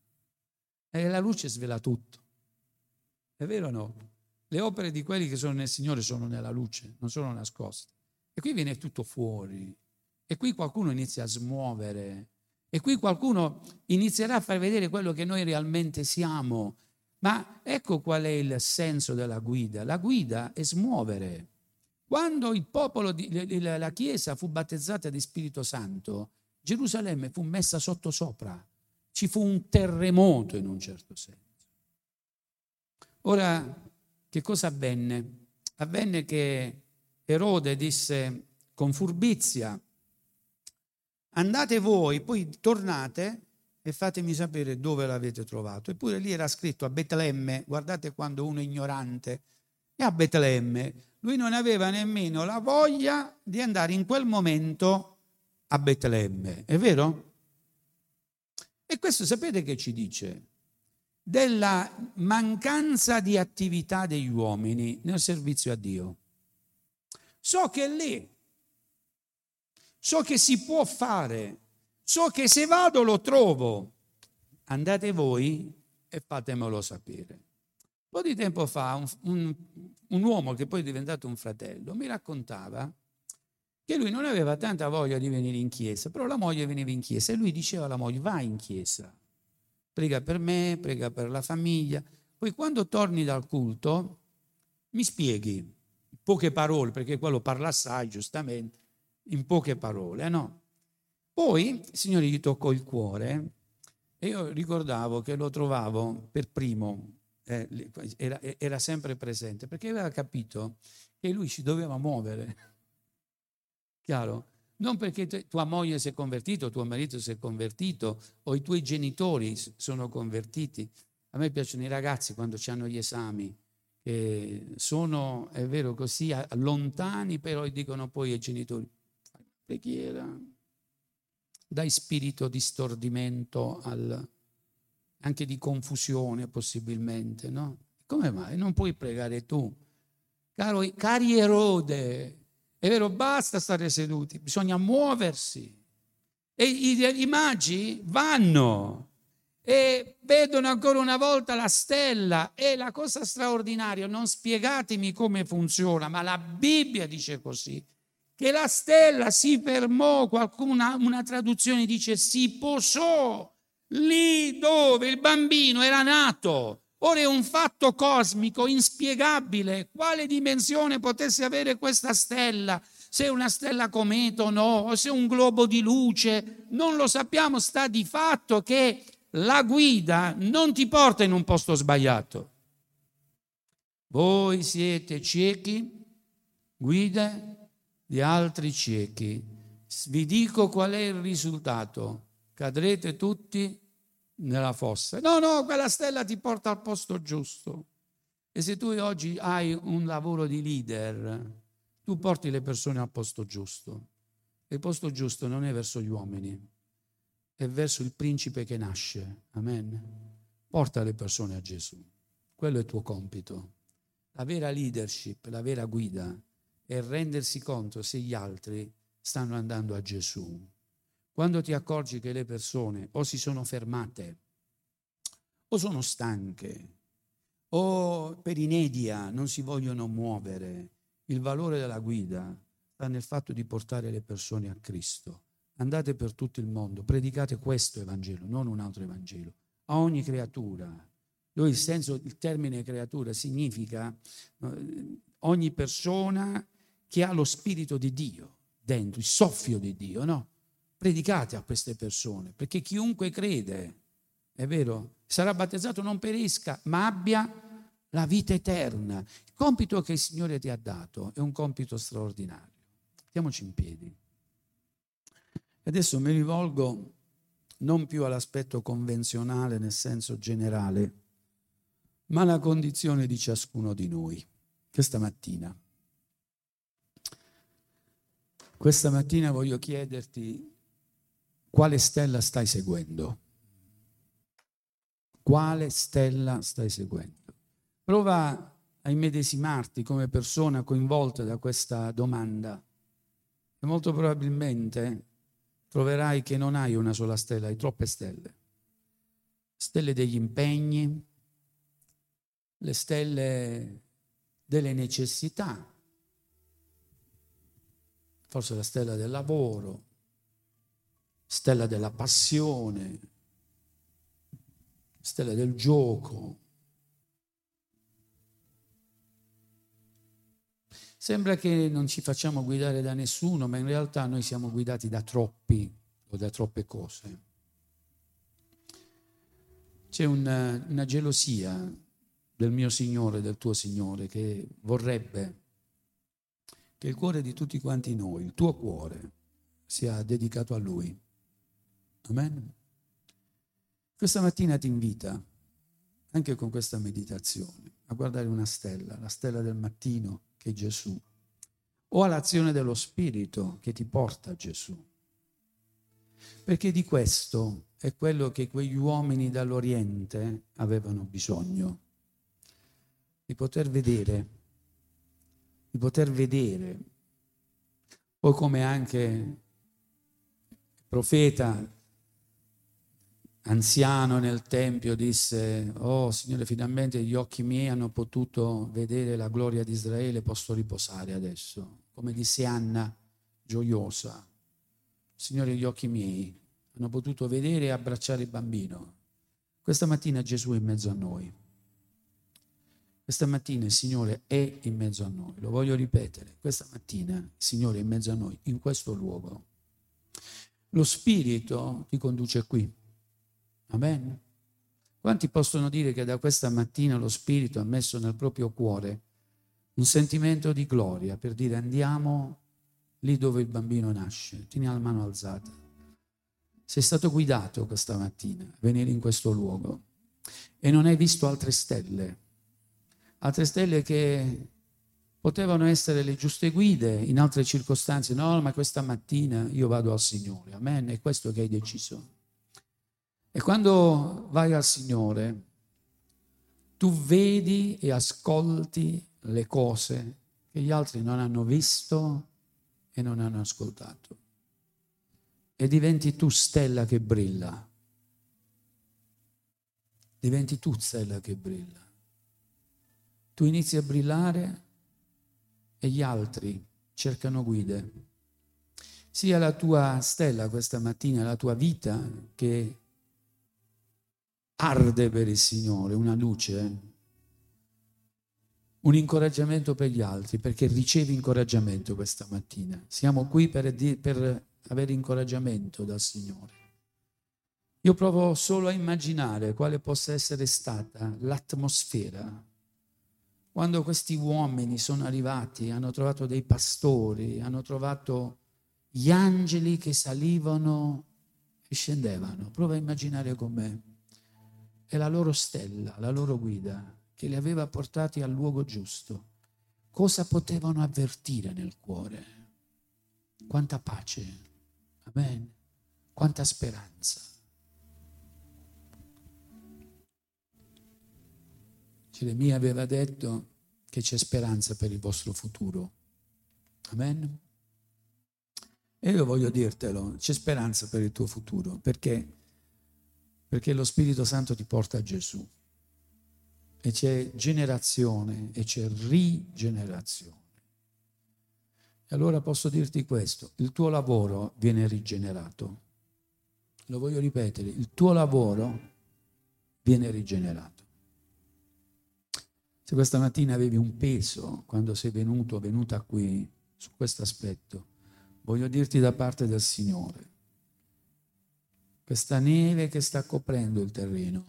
E la luce svela tutto. È vero o no? Le opere di quelli che sono nel Signore sono nella luce, non sono nascoste. E qui viene tutto fuori. E qui qualcuno inizia a smuovere. E qui qualcuno inizierà a far vedere quello che noi realmente siamo. Ma ecco qual è il senso della guida. La guida è smuovere. Quando il popolo, la Chiesa fu battezzata di Spirito Santo, Gerusalemme fu messa sottosopra. Ci fu un terremoto in un certo senso. Ora, che cosa avvenne? Avvenne che Erode disse con furbizia: andate voi, poi tornate e fatemi sapere dove l'avete trovato. Eppure lì era scritto a Betlemme. Guardate quando uno è ignorante è a Betlemme. Lui non aveva nemmeno la voglia di andare in quel momento a Betlemme, è vero? E questo sapete che ci dice? Della mancanza di attività degli uomini nel servizio a Dio. So che è lì, so che si può fare, so che se vado lo trovo. Andate voi e fatemelo sapere. Un po' di tempo fa un uomo che poi è diventato un fratello mi raccontava che lui non aveva tanta voglia di venire in chiesa, però la moglie veniva in chiesa e lui diceva alla moglie: vai in chiesa, prega per me, prega per la famiglia, poi quando torni dal culto mi spieghi in poche parole, perché quello parla assai giustamente, in poche parole, no? Poi il Signore gli toccò il cuore e io ricordavo che lo trovavo per primo, era sempre presente, perché aveva capito che lui ci doveva muovere. Chiaro? Non perché tua moglie si è convertita, o tuo marito si è convertito, o i tuoi genitori sono convertiti. A me piacciono i ragazzi quando hanno gli esami, che sono, è vero, così lontani, però dicono poi ai genitori: fai una preghiera, dai spirito di stordimento, anche di confusione possibilmente, no? Come mai? Non puoi pregare tu? Cari Erode, è vero, basta stare seduti, bisogna muoversi. E i magi vanno e vedono ancora una volta la stella. E la cosa straordinaria, non spiegatemi come funziona, ma la Bibbia dice così, che la stella si fermò, una traduzione dice si posò lì dove il bambino era nato. Ora è un fatto cosmico, inspiegabile. Quale dimensione potesse avere questa stella? Se è una stella cometa o no, o se è un globo di luce, non lo sappiamo. Sta di fatto che la guida non ti porta in un posto sbagliato. Voi siete ciechi, guide di altri ciechi. Vi dico qual è il risultato. Cadrete tutti nella fossa. No, quella stella ti porta al posto giusto. E se tu oggi hai un lavoro di leader, tu porti le persone al posto giusto. Il posto giusto non è verso gli uomini, è verso il principe che nasce. Amen. Porta le persone a Gesù. Quello è il tuo compito. La vera leadership, la vera guida è rendersi conto se gli altri stanno andando a Gesù. Quando ti accorgi che le persone o si sono fermate, o sono stanche, o per inedia non si vogliono muovere, il valore della guida sta nel fatto di portare le persone a Cristo. Andate per tutto il mondo, predicate questo Evangelo, non un altro Evangelo, a ogni creatura. Dove il termine creatura significa ogni persona che ha lo Spirito di Dio dentro, il soffio di Dio, no? Predicate a queste persone, perché chiunque crede, è vero, sarà battezzato, non perisca, ma abbia la vita eterna. Il compito che il Signore ti ha dato è un compito straordinario. Mettiamoci in piedi. Adesso mi rivolgo non più all'aspetto convenzionale nel senso generale, ma alla condizione di ciascuno di noi. Questa mattina voglio chiederti quale stella stai seguendo. Quale stella stai seguendo? Prova a immedesimarti come persona coinvolta da questa domanda e molto probabilmente troverai che non hai una sola stella, hai troppe stelle. Stelle degli impegni, le stelle delle necessità, forse la stella del lavoro, stella della passione, stella del gioco. Sembra che non ci facciamo guidare da nessuno, ma in realtà noi siamo guidati da troppi o da troppe cose. C'è una gelosia del mio Signore, del tuo Signore, che vorrebbe che il cuore di tutti quanti noi, il tuo cuore, sia dedicato a Lui. Amen. Questa mattina ti invita, anche con questa meditazione, a guardare una stella, la stella del mattino, che è Gesù, o all'azione dello Spirito che ti porta a Gesù. Perché di questo è quello che quegli uomini dall'Oriente avevano bisogno, di poter vedere, poi come anche il profeta anziano nel Tempio disse: oh Signore, finalmente gli occhi miei hanno potuto vedere la gloria di Israele, posso riposare adesso. Come disse Anna, gioiosa: Signore, gli occhi miei hanno potuto vedere e abbracciare il bambino. Questa mattina Gesù è in mezzo a noi. Questa mattina il Signore è in mezzo a noi. Lo voglio ripetere, questa mattina il Signore è in mezzo a noi, in questo luogo. Lo Spirito ti conduce qui. Amen. Quanti possono dire che da questa mattina lo Spirito ha messo nel proprio cuore un sentimento di gloria per dire: andiamo lì dove il bambino nasce? Tieni la mano alzata. Sei stato guidato questa mattina a venire in questo luogo e non hai visto altre stelle che potevano essere le giuste guide in altre circostanze. No, ma questa mattina io vado al Signore. Amen. È questo che hai deciso. E quando vai al Signore, tu vedi e ascolti le cose che gli altri non hanno visto e non hanno ascoltato. E diventi tu stella che brilla. diventi tu stella che brilla. Tu inizi a brillare e gli altri cercano guide. Sia la tua stella questa mattina, la tua vita che arde per il Signore, una luce, un incoraggiamento per gli altri, perché ricevi incoraggiamento questa mattina. Siamo qui per avere incoraggiamento dal Signore. Io provo solo a immaginare quale possa essere stata l'atmosfera quando questi uomini sono arrivati, hanno trovato dei pastori, hanno trovato gli angeli che salivano e scendevano. Prova a immaginare con me. È la loro stella, la loro guida, che li aveva portati al luogo giusto. Cosa potevano avvertire nel cuore? Quanta pace, amen, quanta speranza. Geremia aveva detto che c'è speranza per il vostro futuro, amen. E io voglio dirtelo, c'è speranza per il tuo futuro, perché lo Spirito Santo ti porta a Gesù. E c'è generazione e c'è rigenerazione. E allora posso dirti questo, il tuo lavoro viene rigenerato. Lo voglio ripetere, il tuo lavoro viene rigenerato. Se questa mattina avevi un peso quando sei venuta qui su questo aspetto, voglio dirti da parte del Signore, questa neve che sta coprendo il terreno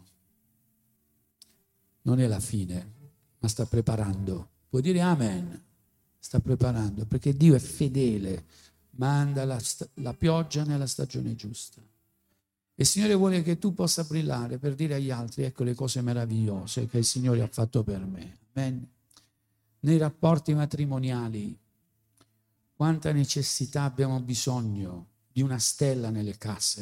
non è la fine, ma sta preparando. Puoi dire amen? Sta preparando, perché Dio è fedele, manda la pioggia nella stagione giusta. E il Signore vuole che tu possa brillare per dire agli altri, ecco le cose meravigliose che il Signore ha fatto per me. Amen. Nei rapporti matrimoniali, quanta necessità abbiamo bisogno di una stella nelle case,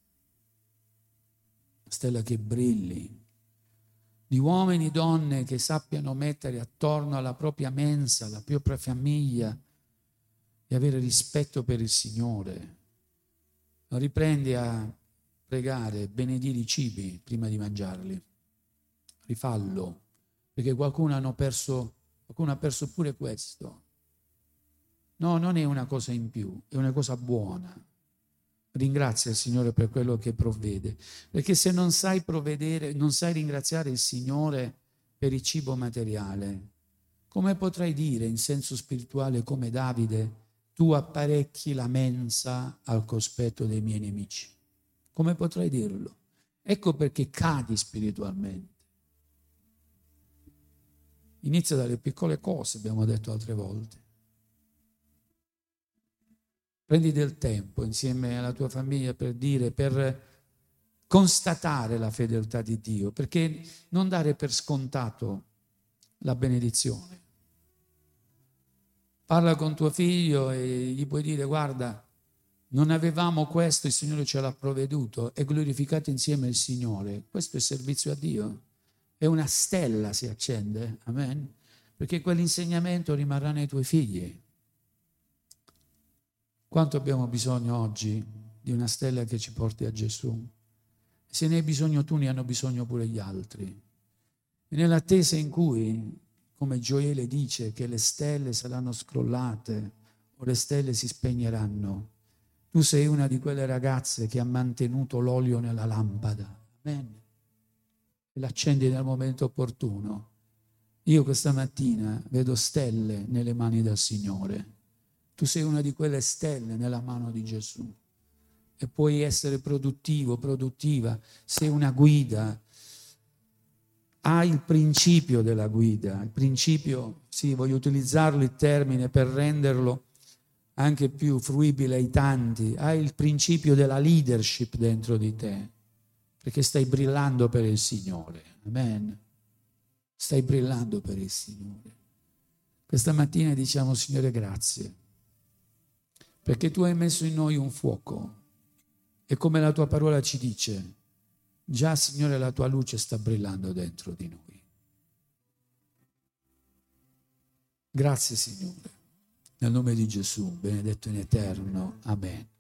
una stella che brilli, di uomini e donne che sappiano mettere attorno alla propria mensa, alla propria famiglia e avere rispetto per il Signore. Non riprendi a pregare, benedire i cibi prima di mangiarli. Rifallo, perché qualcuno ha perso pure questo. No, non è una cosa in più, è una cosa buona. Ringrazia il Signore per quello che provvede, perché se non sai provvedere, non sai ringraziare il Signore per il cibo materiale, come potrai dire in senso spirituale come Davide, tu apparecchi la mensa al cospetto dei miei nemici? Come potrai dirlo? Ecco perché cadi spiritualmente. Inizia dalle piccole cose, abbiamo detto altre volte. Prendi del tempo insieme alla tua famiglia per constatare la fedeltà di Dio, perché non dare per scontato la benedizione. Parla con tuo figlio e gli puoi dire, guarda, non avevamo questo, il Signore ce l'ha provveduto, e glorificate insieme il Signore. Questo è servizio a Dio. E una stella si accende, amen? Perché quell'insegnamento rimarrà nei tuoi figli. Quanto abbiamo bisogno oggi di una stella che ci porti a Gesù? Se ne hai bisogno tu, ne hanno bisogno pure gli altri. E nell'attesa in cui, come Gioele dice, che le stelle saranno scrollate o le stelle si spegneranno, tu sei una di quelle ragazze che ha mantenuto l'olio nella lampada. Amen. E l'accendi nel momento opportuno. Io questa mattina vedo stelle nelle mani del Signore. Tu sei una di quelle stelle nella mano di Gesù e puoi essere produttivo, produttiva. Sei una guida. Hai il principio della guida. Il principio, sì, voglio utilizzarlo il termine per renderlo anche più fruibile ai tanti. Hai il principio della leadership dentro di te, perché stai brillando per il Signore. Amen. Stai brillando per il Signore. Questa mattina diciamo, Signore, grazie, perché tu hai messo in noi un fuoco e come la tua parola ci dice, già, Signore, la tua luce sta brillando dentro di noi. Grazie, Signore. Nel nome di Gesù, benedetto in eterno. Amen.